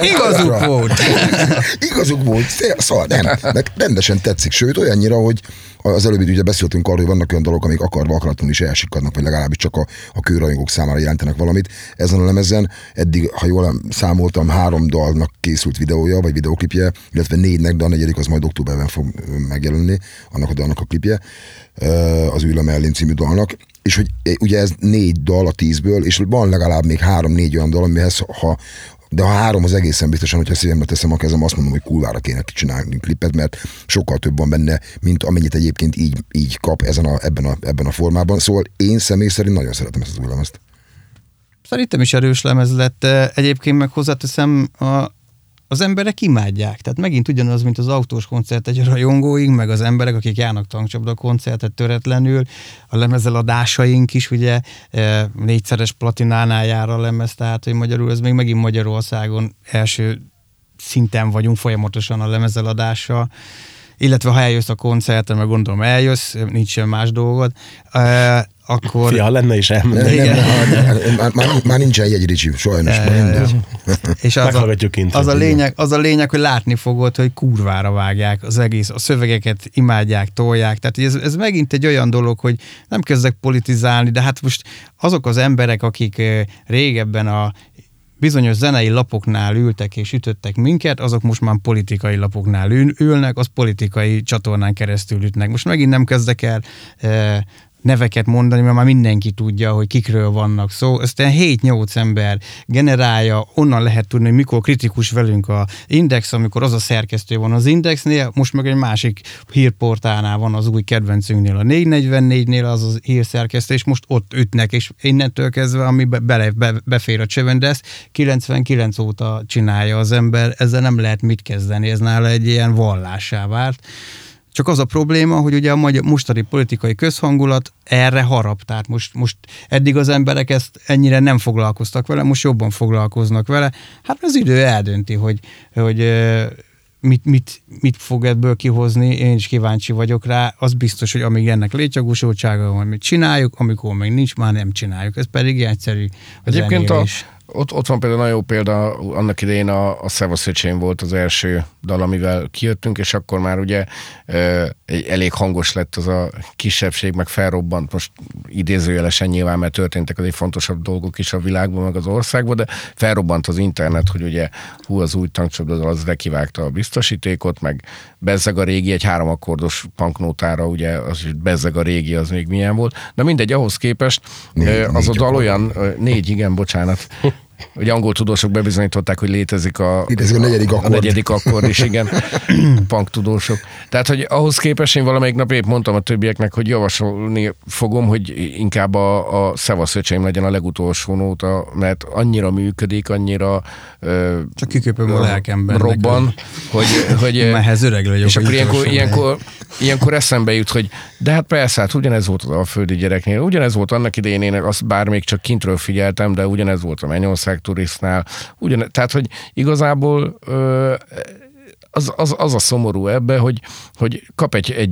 Igazuk volt. Szóval nem. Meg rendesen tetszik. Sőt, olyannyira, hogy az előbb ugye beszéltünk arról, hogy vannak olyan dolgok, amik akaratlanul is elsikadnak, vagy legalábbis csak a kőrajongók számára jelentenek valamit. Ezen a lemezen eddig, ha jól számoltam, 3 dalnak készült videója, vagy videóklipje, illetve 4-nek, de a 4. az majd októberben fog megjelenni, annak a dalnak a klipje, az Ül a mellém című dalnak. És hogy ugye ez 4 dal a 10-ből, és van legalább még 3-4 olyan dal, amihez, de ha 3 az egészen biztosan, hogyha szívemre teszem a kezem, azt mondom, hogy kurvára kéne csinálni klipet, mert sokkal több van benne, mint amennyit egyébként így kap ebben a formában. Szóval én személy szerint nagyon szeretem ezt az új lemezt. Szerintem is erős lemez lett. Egyébként meg hozzáteszem, az emberek imádják. Tehát megint ugyanaz, mint az autós koncert egy rajongóink, meg az emberek, akik járnak tankcsapda koncertet töretlenül. A lemezeladásaink is ugye 4-szeres platinánál jár a lemez, tehát hogy magyarul ez még megint Magyarországon első szinten vagyunk folyamatosan a lemezeladással. Illetve ha eljössz a koncertre, meg gondolom eljössz, nincs más dolgod, akkor... Fia, lenne is Már nincsen jegy, Ricsi, sajnos. És az a lényeg, hogy látni fogod, hogy kurvára vágják az egész, a szövegeket imádják, tolják. Tehát ez megint egy olyan dolog, hogy nem kezdek politizálni, de hát most azok az emberek, akik régebben a bizonyos zenei lapoknál ültek és ütöttek minket, azok most már politikai lapoknál ülnek, az politikai csatornán keresztül ütnek. Most megint nem kezdek el neveket mondani, mert már mindenki tudja, hogy kikről vannak szó. Aztán 7-8 ember generálja, onnan lehet tudni, hogy mikor kritikus velünk a Index, amikor az a szerkesztő van az Indexnél, most meg egy másik hírportálnál van az új kedvencünknél, a 444-nél az az hírszerkesztő, és most ott ütnek, és innentől kezdve, ami befér a csövön, de ezt 99 óta csinálja az ember, ezzel nem lehet mit kezdeni, ez nála egy ilyen vallássá vált. Csak az a probléma, hogy ugye a mostani politikai közhangulat erre harap. Tehát most eddig az emberek ezt ennyire nem foglalkoztak vele, most jobban foglalkoznak vele. Hát az idő eldönti, hogy mit fog ebből kihozni, én is kíváncsi vagyok rá. Az biztos, hogy amíg ennek létjogosultsága van, mit csináljuk, amikor még nincs, már nem csináljuk. Ez pedig egyszerű. Egyébként ott van például nagyon jó példa, annak idején a Szevasz öcsém volt az első dal, amivel kijöttünk, és akkor már ugye elég hangos lett az a kisebbség, meg felrobbant, most idézőjelesen nyilván, mert történtek azért fontosabb dolgok is a világban, meg az országban, de felrobbant az internet, hogy ugye az új tankcsapda az lekivágta a biztosítékot, meg bezzeg a régi, egy 3 akkordos punknótára, ugye az bezzeg a régi, az még milyen volt. De mindegy, ahhoz képest az a dal olyan, 4, igen, bocsánat, Ugye angol tudósok bebizonyították, hogy létezik a negyedik akkord is, igen, punk tudósok. Tehát, hogy ahhoz képest én valamelyik nap épp mondtam a többieknek, hogy javasolni fogom, hogy inkább a Szevasz öcsém legyen a legutolsó nóta, mert annyira működik, annyira csak kiköpöm a lelkemben. Robban, hogy ehhez öreg vagyok. És akkor ilyenkor eszembe jut, hogy de hát persze, hát ugyanez volt az alföldi gyereknél, ugyanez volt annak idején, azt bár még csak kintről figyeltem, de ugyanez volt a Mennyország Turisznál. Tehát, hogy igazából az a szomorú ebbe, hogy kap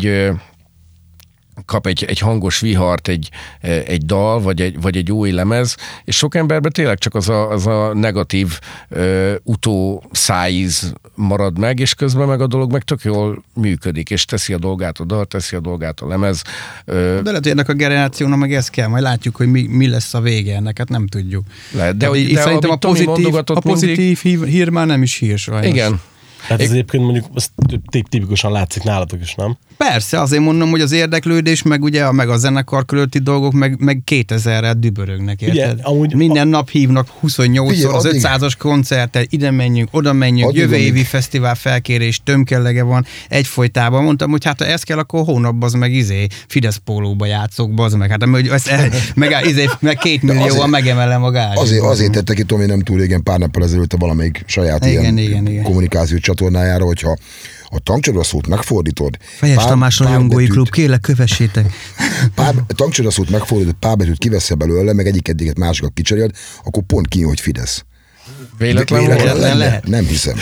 egy hangos vihart, egy dal, vagy egy új lemez, és sok emberben tényleg csak az a negatív utószájíz marad meg, és közben meg a dolog meg tök jól működik, és teszi a dolgát a dal, teszi a dolgát a lemez. De lehet, hogy ennek a generációnak meg ez kell, majd látjuk, hogy mi lesz a vége ennek, hát nem tudjuk. Lehet, de szerintem a pozitív hír már nem is hír sajnos. Igen. Hát ez egyébként mondjuk az tipikusan látszik nálatok is, nem? Persze, azért mondom, hogy az érdeklődés, meg ugye meg a zenekar körülötti dolgok, meg 2000-rel dübörögnek, érted? Ugye, minden nap hívnak 28-szor az 500-as koncertet, ide menjünk, oda menjünk, jövő évi fesztivál felkérés, tömkellege van, egyfolytában. Mondtam, hogy hát ha ez kell, akkor hónapban az meg Fidesz pólóba játszok, bazd meg. Hát meg 2 millióan megemelem a gályt. Azért tette ki Tomi nem túl régen, pár nappal ezelőtt a valamelyik saját ilyen kommunikációs csatornájára, hogyha a tankcsodaszót megfordítod. Fejes Tamás rajongói klub, kérlek, kövessétek. Tankcsodaszót megfordítod, párbetűt kiveszel belőle, meg egyiket másikat kicseréld, akkor pont kijön, hogy Fidesz. Véletlen lehet. Nem hiszem.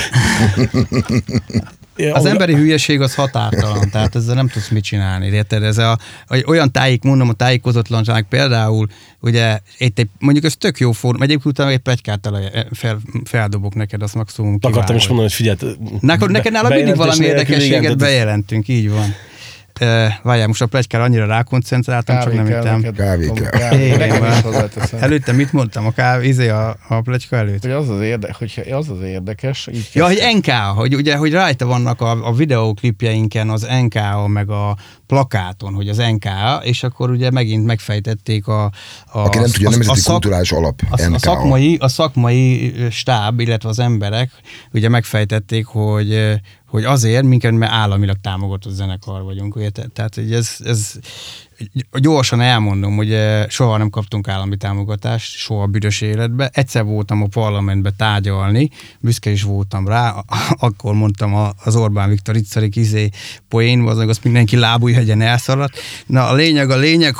Az emberi hülyeség az határtalan, tehát ezzel nem tudsz mit csinálni, érted? Ez olyan a tájékozatlanság például, ugye, mondjuk ez tök jó forma, egyébként utána egy pletykát feldobok neked, azt maximum kivágom. Akartam is mondani, hogy figyelj. Neked nála mindig valami érdekességet bejelentünk, így van. Várjál, most a pletykára annyira rákoncentráltam, csak nem hittem. Kávé kell. Előtte mit mondtam? A pletyka előtt? Hogy az az érdekes. Ja, hogy NKA, hogy rajta vannak a videóklipjeinken az NKA, meg a plakáton, hogy az NKA, és akkor ugye megint megfejtették aki nem tudja, Nemzeti Kulturális Alap, NKA. A szakmai stáb, illetve az emberek ugye megfejtették, hogy azért minket, mert államilag támogatott zenekar vagyunk. Tehát ez gyorsan elmondom, hogy soha nem kaptunk állami támogatást, soha büdös életbe. Egyszer voltam a parlamentbe tárgyalni, büszke is voltam rá, akkor mondtam az Orbán Viktor Iczarik poén, azt mindenki lábújhegyen elszaladt. Na a lényeg,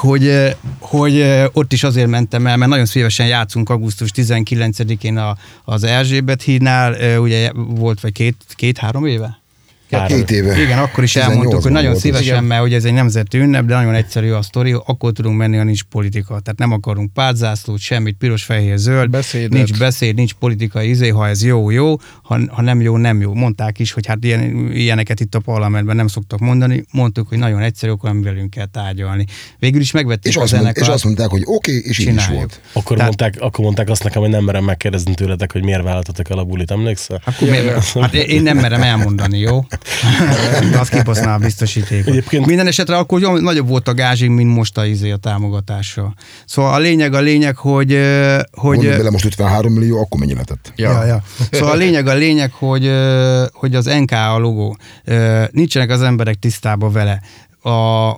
hogy ott is azért mentem el, mert nagyon szívesen játszunk augusztus 19-én az Erzsébet hídnál, ugye volt vagy két-három éve? 2 éve. Igen, akkor is elmondtuk, hogy nagyon szívesen, mert ugye ez egy nemzeti ünnep, de nagyon egyszerű a sztori, akkor tudunk menni, ha nincs politika. Tehát nem akarunk pártzászlót, semmit, piros, fehér, zöld, nincs beszéd, nincs politikai ha ez jó, ha nem jó, nem jó. Mondták is, hogy hát ilyeneket itt a parlamentben nem szoktak mondani, mondtuk, hogy nagyon egyszerű, akkor nem velünk kell tárgyalni. Végül is megvették a zenekart. És azt mondták, hogy oké, és így is volt. Akkor mondták azt nekem, hogy nem merem megkérdezni tőletek, hogy miért vállaltatok el a bulit, emlékszel? Akkor hát én nem merem elmondani, jó? De azt kibasznál a biztosítékot. Egyébként... Minden esetre akkor nagyobb volt a gázsing, mint most a támogatással. Szóval a lényeg, hogy... Mondjuk bele most 53 millió, akkor mennyi lehetett? Ja. Szóval a lényeg, hogy az NKA logó, nincsenek az emberek tisztában vele. A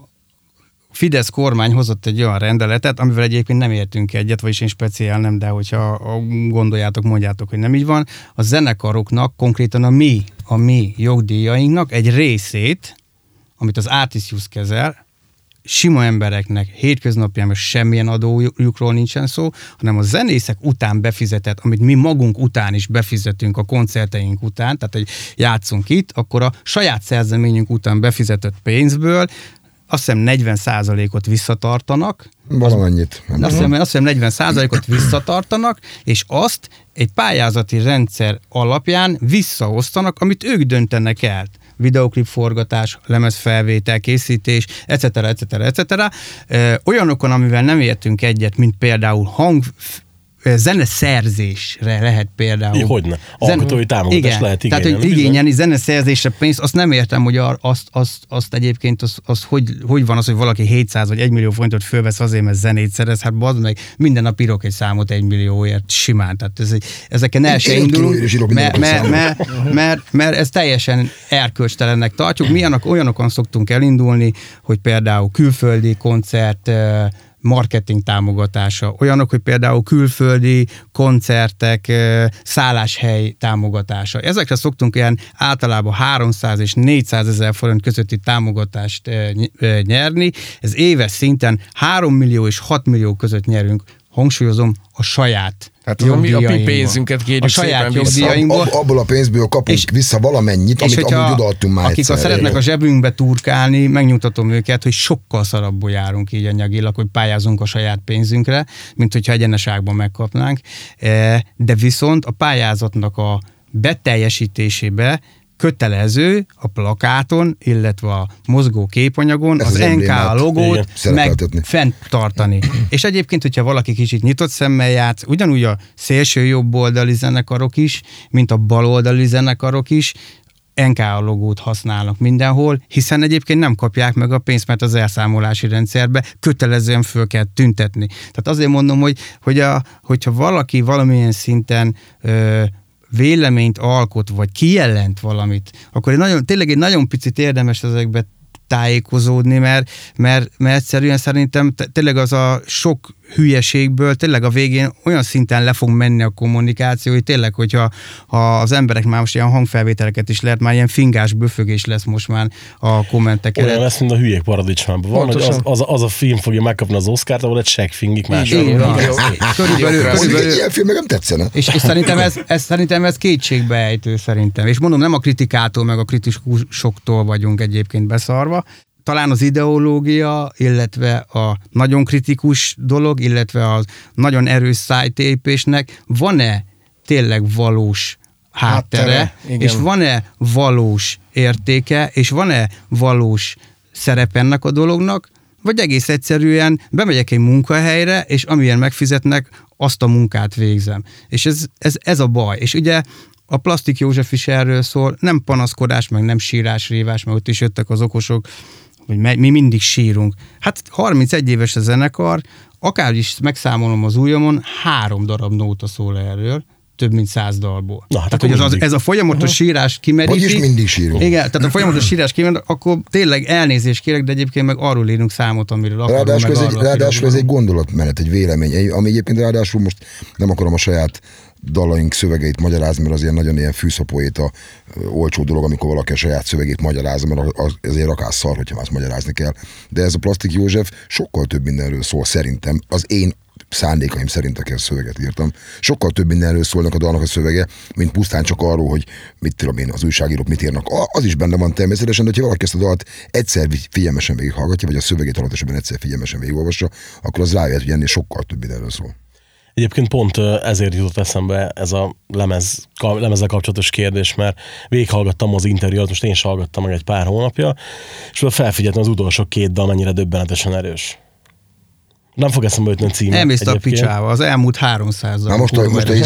Fidesz kormány hozott egy olyan rendeletet, amivel egyébként nem értünk egyet, vagyis én speciál nem, de hogyha gondoljátok, mondjátok, hogy nem így van. A zenekaroknak, konkrétan a mi jogdíjainknak egy részét, amit az Artisius kezel, sima embereknek hétköznapjában semmilyen adójukról nincsen szó, hanem a zenészek után befizetett, amit mi magunk után is befizetünk a koncerteink után, tehát hogy játszunk itt, akkor a saját szerzeményünk után befizetett pénzből azt hiszem 40%-ot visszatartanak. Valamennyit. Azt hiszem 40%-ot visszatartanak, és azt egy pályázati rendszer alapján visszaosztanak, amit ők döntenek el. Videoklip forgatás, lemezfelvétel, készítés, etc. Olyanokon, amivel nem értünk egyet, mint például zeneszerzésre lehet például. Hogyne? Alkotói támogatást lehet igényelni. Tehát, hogy igényelni zeneszerzésre pénzt, azt nem értem, hogy azt egyébként, hogy van az, hogy valaki 700 vagy 1 millió forintot fölvesz azért, mert zenét szerez, hát bazd meg, minden nap írok egy számot 1 millióért simán. Tehát ezeken el se indulunk, mert ez teljesen erkölcstelennek tartjuk. Mi olyanokon szoktunk elindulni, hogy például külföldi koncert, marketing támogatása, olyanok, hogy például külföldi koncertek, szálláshely támogatása. Ezekre szoktunk ilyen általában 300 és 400 ezer forint közötti támogatást nyerni. Ez éves szinten 3 millió és 6 millió között nyerünk. Hangsúlyozom, a saját jogdíjainkból. A mi pénzünket kérjük a saját jogdíjainkból. Abból a pénzből kapunk vissza valamennyit, amit amúgy odaadtunk már akik egyszer. Szeretnek a zsebünkbe turkálni, megnyugtatom őket, hogy sokkal szarabbul járunk így anyagilag, hogy pályázunk a saját pénzünkre, mint hogyha egyeneságban megkapnánk. De viszont a pályázatnak a beteljesítésébe kötelező a plakáton, illetve a mozgó képanyagon az NKA logót fenntartani. És egyébként, hogyha valaki kicsit nyitott szemmel játsz, ugyanúgy a szélső jobboldali zenekarok is, mint a baloldali zenekarok is, NKA logót használnak mindenhol, hiszen egyébként nem kapják meg a pénzt, mert az elszámolási rendszerbe kötelezően föl kell tüntetni. Tehát azért mondom, hogyha valaki valamilyen szinten véleményt alkot, vagy kijelent valamit, akkor tényleg egy nagyon picit érdemes ezekbe tájékozódni, mert egyszerűen szerintem tényleg az a sok hülyeségből tényleg a végén olyan szinten le fog menni a kommunikáció, hogy tényleg, hogyha az emberek már most ilyen hangfelvételeket is lehet, már ilyen fingás böfögés lesz most már a kommentek előtt. Olyan lesz, mint a hülyék paradicsomában. Van, hogy az a film fogja megkapni az Oscart, ahol egy seggfingik másról. Körülbelül ilyen film meg nem tetszene. És szerintem ez kétségbeejtő szerintem. És mondom, nem a kritikától, meg a kritikusoktól vagyunk egyébként beszarva. Talán az ideológia, illetve a nagyon kritikus dolog, illetve a nagyon erős szájtépésnek van-e tényleg valós háttere és van-e valós értéke, és van-e valós szerep ennek a dolognak, vagy egész egyszerűen bemegyek egy munkahelyre, és amilyen megfizetnek, azt a munkát végzem. És ez a baj. És ugye a Plastik József is erről szól, nem panaszkodás, meg nem sírás, rívás, meg ott is jöttek az okosok, hogy mi mindig sírunk. Hát 31 éves a zenekar, akár is megszámolom az ujjamon, 3 darab nóta szól erről, több mint 100 dalból. Na, hát tehát, hogy ez a folyamatos sírás kimeríti. Vagyis mindig sírunk. Igen, tehát a folyamatos sírás kimeríti, akkor tényleg elnézést kérek, de egyébként meg arról írunk számot, amiről akarunk. Ráadásul ez egy gondolatmenet, egy vélemény, ami egyébként ráadásul most nem akarom a saját dalaink szövegeit magyarázni, mert az ilyen nagyon ilyen fűszapoéta olcsó dolog, amikor valaki a saját szövegét magyaráz, mert ezért rakás szar, hogyha már azt magyarázni kell. De ez a Plastik József sokkal több mindenről szól szerintem. Az én szándékaim szerint, aki a szöveget írtam. Sokkal több mindenről szólnak a dalnak a szövege, mint pusztán csak arról, hogy mit tudom én, az újságírók mit írnak. Az is benne van természetesen, de hogyha valaki ezt a dalt egyszer figyelmesen végighallgatja, vagy a szövegét alatt esetben egyszer figyelmesen végigolvassa, akkor az rájöhet, hogy ennél sokkal több mindenről szól. Egyébként pont ezért jutott eszembe ez a lemezzel kapcsolatos kérdés, mert végighallgattam az interjút, most én is hallgattam meg egy pár hónapja, és felfigyeltem az utolsó 2 dal mennyire döbbenetesen erős. Nem fog eszembe jutni a címet. Elmészte a picsába, az elmúlt 300 dal. Na most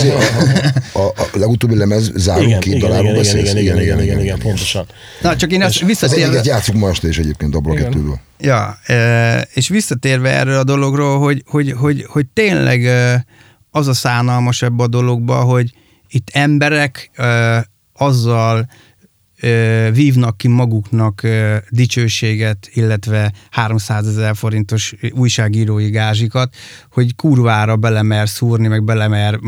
a legutóbbi lemez záró 2 daláról beszélsz. Igen, pontosan. Na, csak én azt visszatérve... Ezeket játsszuk ma este is egyébként abból a 2-ből. Ja, és visszatérve erről a dologról, hogy tényleg az a szánalmas ebbe a dologba, hogy itt emberek azzal vívnak ki maguknak dicsőséget, illetve 300 000 forintos újságírói gázsikat, hogy kurvára belemer szúrni, meg belemer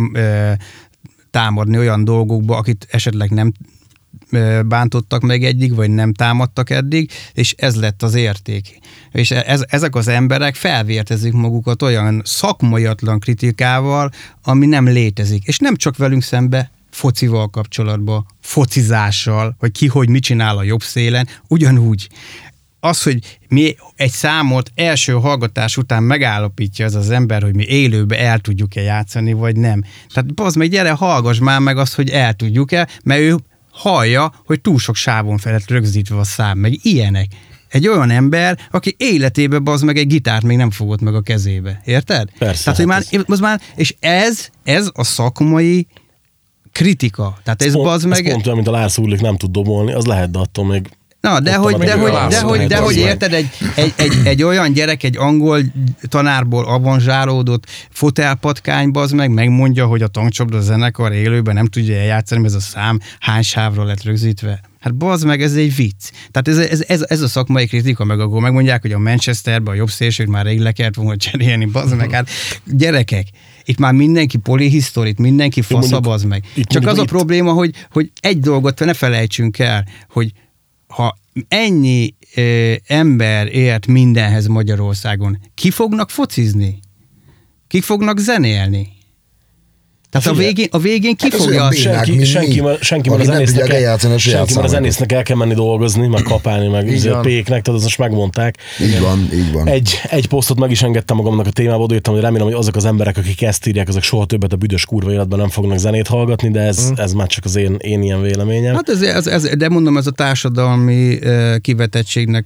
támadni olyan dolgokba, akit esetleg nem bántottak meg eddig, vagy nem támadtak eddig, és ez lett az érték. És ezek az emberek felvértezik magukat olyan szakmaiatlan kritikával, ami nem létezik. És nem csak velünk szembe, focival kapcsolatban, focizással, hogy ki, hogy mit csinál a jobb szélen, ugyanúgy. Az, hogy mi egy számot első hallgatás után megállapítja az ember, hogy mi élőbe el tudjuk-e játszani, vagy nem. Tehát bazd meg, gyere, hallgass már meg azt, hogy el tudjuk-e, mert ő hallja, hogy túl sok sávon felett rögzítve a szám, meg ilyenek. Egy olyan ember, aki életében bazd meg egy gitárt még nem fogott meg a kezébe. Érted? Persze. Tehát, hogy már, és ez a szakmai kritika. Tehát ez bazd meg... Ez pont olyan, mint a Lars Ulrich nem tud dobolni, az lehet, de attól még... Na, de hogy érted, egy olyan gyerek, egy angol tanárból avanzsálódott fotelpatkány, bazd meg, megmondja, hogy a tankcsapda zenekar élőben nem tudja eljátszani, mert ez a szám hány sávra lett rögzítve. Hát bazd meg, ez egy vicc. Tehát ez a szakmai kritika, meg akkor megmondják, hogy a Manchesterben a jobb szélsőt már rég le kellett volna cserélni, bazd meg. Hát gyerekek, itt már mindenki polihisztorit, mindenki fasza, bazd meg. Csak az a probléma, hogy egy dolgot ne felejtsünk el, hogy ha ennyi ember ért mindenhez Magyarországon, ki fognak focizni? Ki fognak zenélni? Tehát a végén ki fogja... Senki, mert a zenésznek el kell menni dolgozni, meg kapálni, meg péknek, tehát azt most megmondták. Így van. Egy posztot meg is engedtem magamnak a témába, odaírtam, hogy remélem, hogy azok az emberek, akik ezt írják, azok soha többet a büdös kurva életben nem fognak zenét hallgatni, de ez már csak az én ilyen véleményem. Hát de mondom, ez a társadalmi kivetettségnek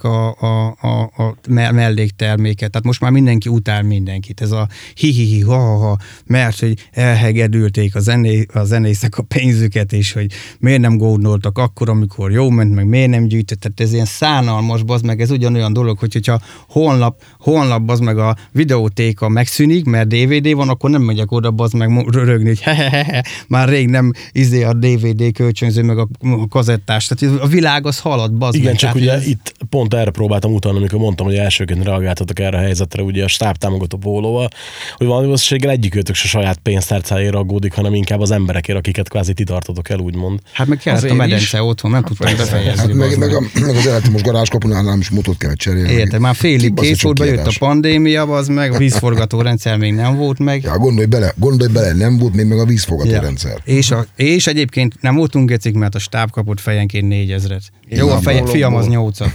a mellékterméke. Tehát most már mindenki utál mindenkit. Ez a hi-hi-hi, ha-ha-ha, mert hogy elheged elődülték a zenészek a pénzüket, és hogy miért nem gondoltak akkor, amikor jó ment, meg miért nem gyűjtött. Ez ilyen szánalmas, bazd meg, ez ugyanolyan dolog, hogyha holnap bazd meg a videótéka megszűnik, mert DVD van, akkor nem megyek oda bazd meg rögni, hogy hehehe, már rég nem a DVD kölcsönző, meg a kazettás. Tehát a világ az halad, bazd igen, meg. csak ugye itt pont erre próbáltam utalni, amikor mondtam, hogy elsőként reagáltatok erre a helyzetre, ugye a stábtámogató pólóval, hogy valószínűséggel egyikőtök se saját pénztárcájára aggódik, hanem inkább az emberekért, akiket kvázi ti tartotok el, úgymond. Hát meg kellett a medence otthon, nem tudtam befejezni. Hát meg az elektromos garázskapunál nem is motot kellett cserélni. Érted, már félig kész volt, bejött a pandémia, az meg, a vízforgató rendszer még nem volt meg. Ja, gondolj bele, nem volt még meg a vízforgató rendszer. És egyébként nem voltunk gecik, mert a stáb kapott fejenként 4000-et. Jó, a fiam az 8-at.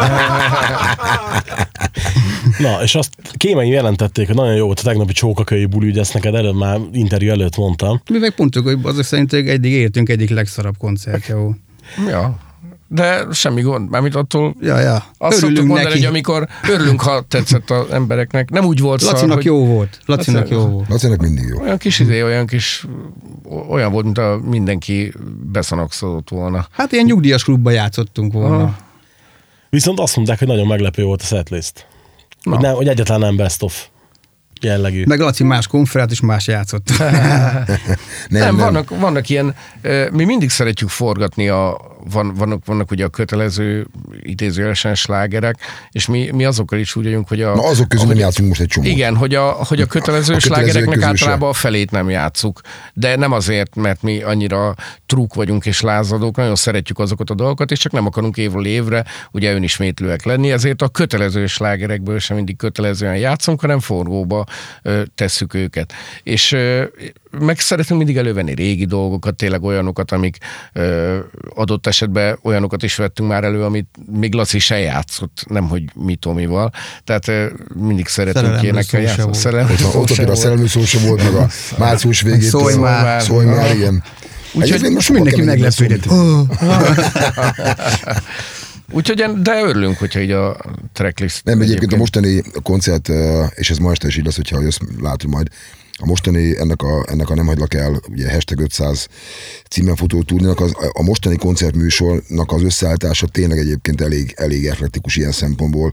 Na, és azt kémei jelentették, hogy nagyon jó volt a tegnapi csókakölyű buli, ugye ezt neked előbb már interjú előtt mondtam. Mi meg pont, hogy azok szerint eddig értünk egyik legszarabb koncertje volt. Ja, de semmi gond, mármint attól azt örülünk szoktuk mondani, neki. hogy amikor örülünk, ha tetszett az embereknek, nem úgy volt Lacinak szar, hogy... jó volt. Lacinak jó volt. Lacinak mindig jó. Olyan volt, mint a mindenki beszanakszott volna. Hát ilyen nyugdíjas klubba játszottunk volna. Viszont azt mondták, hogy nagyon meglepő volt a setlist. Hogy egyáltalán nem best of jellegű. Meg Laci más konferát és más játszott. Nem. Vannak ilyen, mi mindig szeretjük forgatni vannak ugye a kötelező idézőjelesen slágerek, és mi azokkal is úgy vagyunk, hogy Na azok közül nem játszunk most egy csomót. Igen, hogy a kötelező slágereknek általában a felét nem játsszuk. De nem azért, mert mi annyira trúk vagyunk és lázadók, nagyon szeretjük azokat a dolgokat, és csak nem akarunk évről évre ugye önismétlőek lenni, ezért a kötelező slágerekből sem mindig kötelezően játszunk, hanem forgóba tesszük őket. És meg szeretünk mindig elővenni régi dolgokat, tényleg olyanokat, amik adott esetben olyanokat is vettünk már elő, amit még Laci se játszott, nemhogy mi Tomival. Tehát mindig szeretünk énekelni. Ott a szerelmű szó sem volt, meg a március végét. Szólj már, igen. Úgyhogy most mindenki meglepődött. Úgyhogy, de örülünk, hogyha így a tracklist... Nem, egyébként a mostani koncert, és ez ma este is így lesz, hogyha jössz, látod majd, a mostani, ennek a Nem hagylak el, ugye #500 címen futó turnénak, a mostani koncertműsornak az összeállítása tényleg egyébként elég eklektikus ilyen szempontból.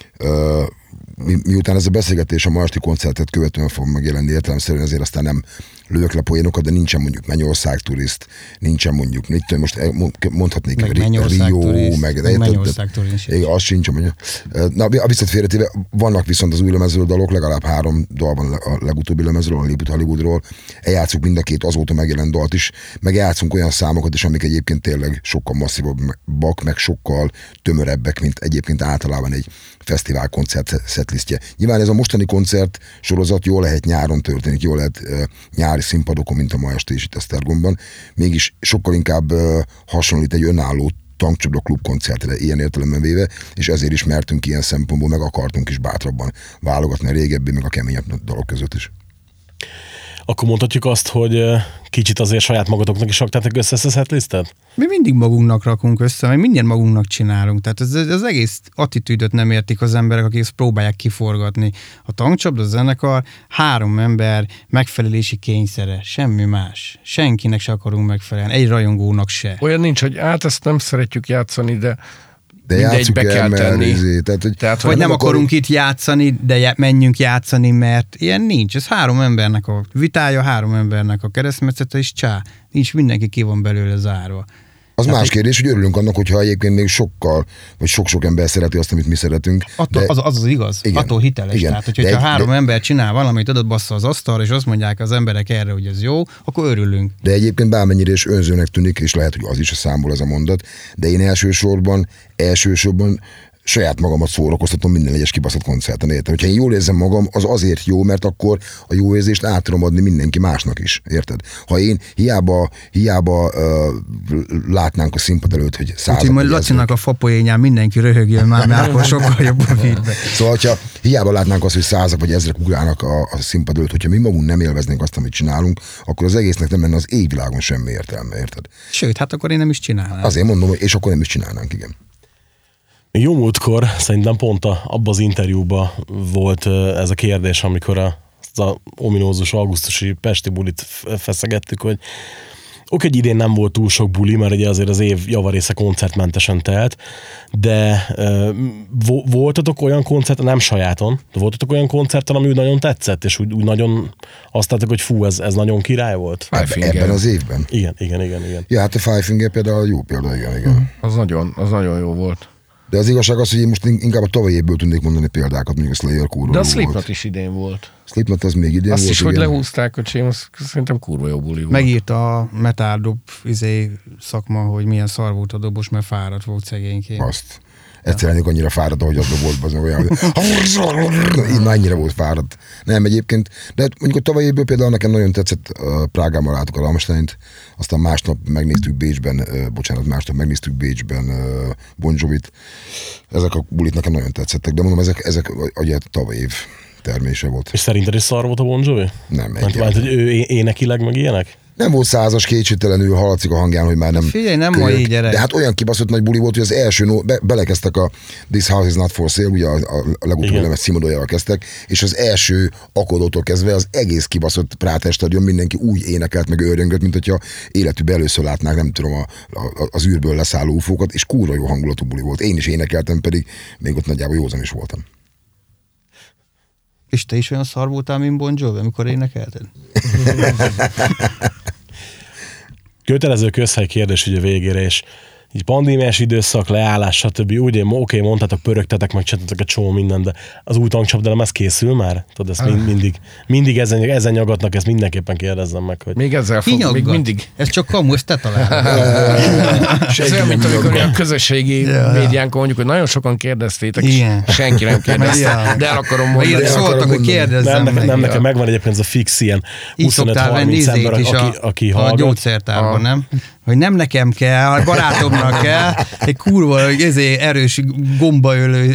Miután ez a beszélgetés a ma esti koncertet követően fog megjelenni értelemszerűen, ezért aztán nem lövök le poénokat, de nincsen mondjuk Mennyország turiszt, nincsen mondjuk, mit tudom, most mondhatnék Rio, meg Mennyország turist. Az sincs. Na, a viszont félretéve, vannak viszont az új lemezről dalok, legalább 3 dal van a legutóbbi lemezről, a Léput Hollywoodról. Eljátszunk mind a 2 azóta megjelent dalt is, meg eljátszunk olyan számokat is, amik egyébként tényleg sokkal masszívabbak, meg sokkal tömörebbek, mint egyébként általában egy fesztivál koncert setlistje. Nyilván ez a mostani koncert sorozat jól lehet nyáron történik, jól lehet nyári színpadokon, mint a ma este is itt Esztergomban, mégis sokkal inkább hasonlít egy önálló Tankcsapda klub koncertre ilyen értelemben véve, és ezért is mertünk ilyen szempontból, meg akartunk is bátrabban válogatni a régebbi, meg a keményebb dalok között is. Akkor mondhatjuk azt, hogy kicsit azért saját magatoknak is raktátok össze ezt a setlistet? Mi mindig magunknak rakunk össze, meg mindent magunknak csinálunk. Tehát az egész attitűdöt nem értik az emberek, akik ezt próbálják kiforgatni. A Tankcsapda zenekar 3 ember megfelelési kényszere, semmi más. Senkinek se akarunk megfelelni, egy rajongónak se. Olyan nincs, hogy ezt nem szeretjük játszani, de játsszuk be kell tenni. Tehát, vagy nem akarunk itt játszani, de menjünk játszani, mert ilyen nincs. Ez 3 embernek a vitája, 3 embernek a keresztmetszete, és nincs, mindenki ki van belőle zárva. Az más kérdés, hogy örülünk annak, hogyha egyébként még sokkal, vagy sok-sok ember szereti azt, amit mi szeretünk. Az igaz, igen, attól hiteles. Igen, tehát, hogyha 3 ember csinál valamit, adott bassza az asztalra, és azt mondják az emberek erre, hogy ez jó, akkor örülünk. De egyébként bármennyire is önzőnek tűnik, és lehet, hogy az is a számból ez a mondat, de én elsősorban saját magamat szórakoztatom minden egyes kibaszott koncerten, érted? Hogyha én jól érzem magam, az azért jó, mert akkor a jó érzést át tudom adni mindenki másnak is, érted? Ha én hiába látnánk a színpad előtt, hogy százak... Úgyhogy majd Lacinak a fapoénján mindenki röhögjön már, mert akkor sokkal jobb a feedback. Szóval, hogyha hiába látnánk azt, hogy százak vagy ezrek ugrálnak a színpad előtt, hogyha mi magunk nem élveznénk azt, amit csinálunk, akkor az egésznek nem lenne az égvilágon semmi értelme, érted? Sőt, hát akkor én nem is csinálnám. Azért mondom, és akkor nem is csinálnánk, igen. Jó múltkor szerintem pont abban az interjúban volt ez a kérdés, amikor az a ominózus augusztusi pesti bulit feszegettük, hogy oké, hogy idén nem volt túl sok buli, mert ugye azért az év javarésze koncertmentesen telt, de voltatok olyan koncerten, nem sajáton, de voltatok olyan koncerten, ami úgy nagyon tetszett, és úgy nagyon azt láttuk, hogy fú, ez nagyon király volt? Ebben az évben? Igen. Ja, hát a Five Finger például jó példa, igen. Az nagyon jó volt. De az igazság az, hogy én most inkább a tavalyi évből tudnék mondani példákat, mondjuk a Slayer kurva. De a Slipknot is idén volt. Slipknot az még idén azt volt. Azt is, hogy lehúzták, öcsém, az szerintem kurva jó buli volt. Megírta a metáldob szakma, hogy milyen szar volt a dobos, mert fáradt volt szegényként. Azt. Egyszerűen annyira fáradt, ahogy az volt, az olyan, hogy annyira volt fáradt. Nem, egyébként, de mondjuk a tavalyi évből például nekem nagyon tetszett, Prágában láttuk a Rammsteint, aztán másnap megnéztük Bécsben Bon Jovit. Ezek a bulit nekem nagyon tetszettek, de mondom, ezek ugye tavalyi év termése volt. És szerinted is szar volt a Bon Jovi? Nem, mert hogy ő énekileg meg ilyenek? Nem volt 100-as, kétségtelenül hallatszik a hangján, hogy már nem... Figyelj, nem mai gyerek. De hát olyan kibaszott nagy buli volt, hogy az első belekezdtek a This House is Not for Sale, ugye a legutóbbi lemez címadójával kezdtek, és az első akkordótól kezdve az egész kibaszott Práter stadion mindenki úgy énekelt meg őrjöngött, mint hogyha életükben először látnák, nem tudom, az űrből leszálló ufókat, és kurva jó hangulatú buli volt. Én is énekeltem, pedig még ott nagyjából józan is voltam. És te is olyan szar voltál, mint Bon Jovi, amikor énekelted? Kötelező közhely kérdés ugye végére, és így pandémiás időszak, leállás, stb. Úgy, oké, mondtátok, pörögtetek, meg csináltatok egy csomó mindent, de az új tankcsapda ez készül már? Tudod, ezt mindig ezen nyagatnak, ezt mindenképpen kérdezzem meg, hogy... Még ezzel még mindig... Ez csak kamu, ezt te találod. Ez olyan, mint amikor a közösségi médiánkon mondjuk, hogy nagyon sokan kérdeztétek, és senki nem kérdezte, de el akarom mondani. Szóltak, hogy kérdezzem meg. Nem, nekem megvan egyébként ez a fix ilyen 25-30 ember, aki hallgat. A gyógyszertárban, nem? Hogy nem nekem kell, a barátomnak kell, egy kurva erős gombaölő,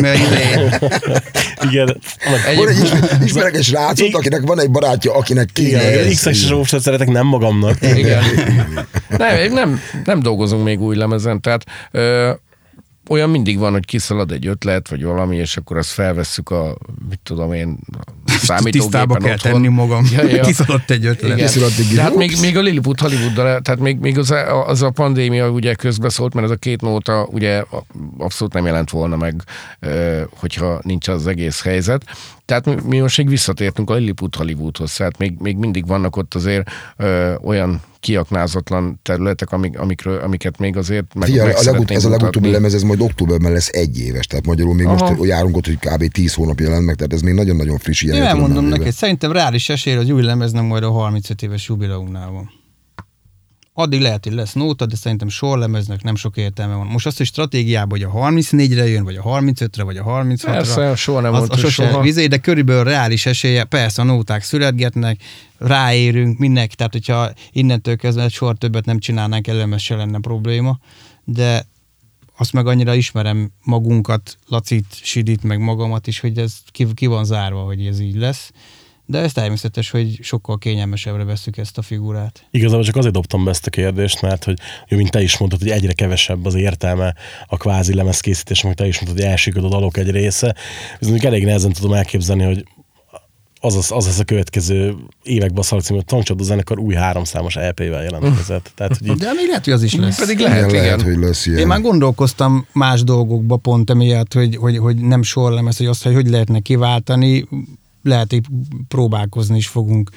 Igen. Ismerek egy srácot, akinek van egy barátja, akinek kéne. X-es rósat szeretek, nem magamnak. Igen. Nem dolgozunk még új lemezen, tehát olyan mindig van, hogy kiszalad egy ötlet, vagy valami, és akkor azt felvesszük a, mit tudom én, számítógépen tisztába kell tenni magam. Kiszaladt egy ötlet. De hát még a Lilliput Hollywood-dal, tehát még az a pandémia ugye közbeszólt, mert ez a két nóta ugye abszolút nem jelent volna meg, hogyha nincs az egész helyzet. Tehát mi most még visszatértünk a Lilliput Hollywoodhoz, tehát még mindig vannak ott azért olyan kiaknázatlan területek, amiket még azért meg szeretnénk ez a legutóbbi lemez, ez majd októberben lesz 1 éves, tehát magyarul még most járunk ott, hogy kb. 10 hónap jelent meg, tehát ez még nagyon-nagyon friss ilyen. Én elmondom neked, szerintem reális esély az új lemeznek majd a 35 éves jubileumnál van. Addig lehet, hogy lesz nóta, de szerintem sorlemeznek nem sok értelme van. Most azt, hogy stratégiában, hogy a 34-re jön, vagy a 35-re, vagy a 36-ra. Persze, soha nem volt soha. De körülbelül reális esélye, persze a nóták születgetnek, ráérünk mindenki, tehát hogyha innentől kezdve soha többet nem csinálnánk, elemez se lenne probléma, de azt meg annyira ismerem magunkat, Lacit, Sidit, meg magamat is, hogy ez ki van zárva, hogy ez így lesz. De ez természetes, hogy sokkal kényelmesebbre vesszük ezt a figurát. Igazából csak azért dobtam be ezt a kérdést, mert hogy jó, mint te is mondtad, hogy egyre kevesebb az értelme a kvázi lemezkészítés, amit te is mondtad, hogy elsikad a dalok egy része. Viszont elég nehezen tudom elképzelni, hogy az lesz a következő években a Szalagcímű, a Tankcsapda zenekar új 3 számos EP-vel jelentkezett. Tehát, hogy de mi lehet, hogy az is lesz. Pedig lehet, hogy lesz ilyen. Én már gondolkoztam más dolgokba pont emiatt, hogy nem sorlemez, hogy azt, hogy lehetne kiváltani, lehet, hogy próbálkozni is fogunk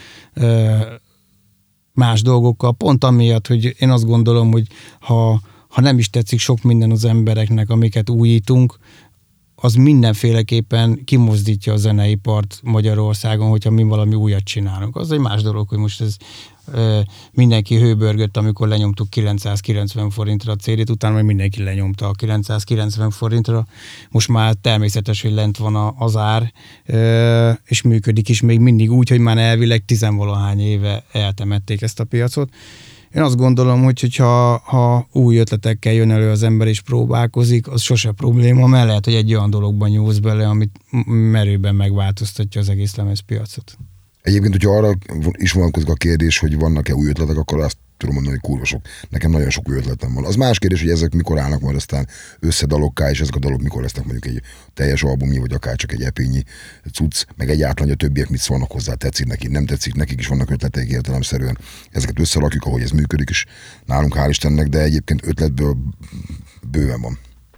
más dolgokkal. Pont amiatt, hogy én azt gondolom, hogy ha nem is tetszik sok minden az embereknek, amiket újítunk, az mindenféleképpen kimozdítja a zeneipart Magyarországon, hogyha mi valami újat csinálunk. Az egy más dolog, hogy most ez mindenki hőbörgött, amikor lenyomtuk 990 forintra a CD-t, utána majd mindenki lenyomta a 990 forintra. Most már természetes, hogy lent van az ár, és működik is még mindig úgy, hogy már elvileg 10-valahány éve eltemették ezt a piacot. Én azt gondolom, hogy ha új ötletekkel jön elő az ember és próbálkozik, az sose probléma, mert lehet, hogy egy olyan dologban nyúlsz bele, amit merőben megváltoztatja az egész lemezpiacot. Egyébként, hogyha arra is vonatkozik a kérdés, hogy vannak-e új ötletek, akkor azt tudom mondani, hogy kurva sok. Nekem nagyon sok ötletem van. Az más kérdés, hogy ezek mikor állnak majd aztán összedalokká, és ezek a dalok mikor lesznek mondjuk egy teljes albumi, vagy akár csak egy epényi cucc, meg egyáltalán, hogy a többiek mit szólnak hozzá, tetszik neki, nem tetszik, nekik is vannak ötleteik értelemszerűen. Ezeket összerakjuk, ahogy ez működik, és nálunk hál' Istennek, de egyébként ötletből bőven van.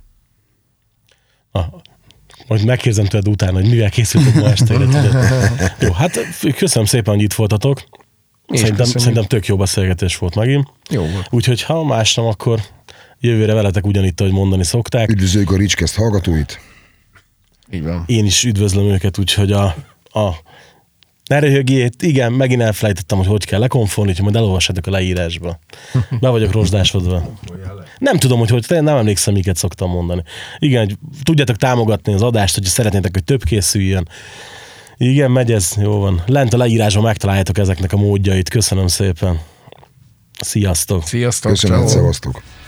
Majd megkérdezem tőled utána, hogy mivel készültök ma estére. Jó, hát köszönöm szépen, hogy itt voltatok. Szerintem tök jó beszélgetés volt megint. Jó volt. Úgyhogy ha más nem, akkor jövőre veletek ugyanitt, ahogy mondani szokták. Üdvözöljük a Ricskeszt hallgatóit. Így van. Én is üdvözlöm őket, úgyhogy ne röhögjét, igen, megint elfelejtettem, hogy kell lekonfolni, úgyhogy majd elolvassátok a leírásba. Be vagyok rozsdásodva. Nem tudom, hogy nem emlékszem, miket szoktam mondani. Igen, hogy tudjátok támogatni az adást, hogyha szeretnétek, hogy több készüljön. Igen, megy ez, jó van. Lent a leírásban megtaláljátok ezeknek a módjait. Köszönöm szépen. Sziasztok. Sziasztok. Köszönöm, szevasztok.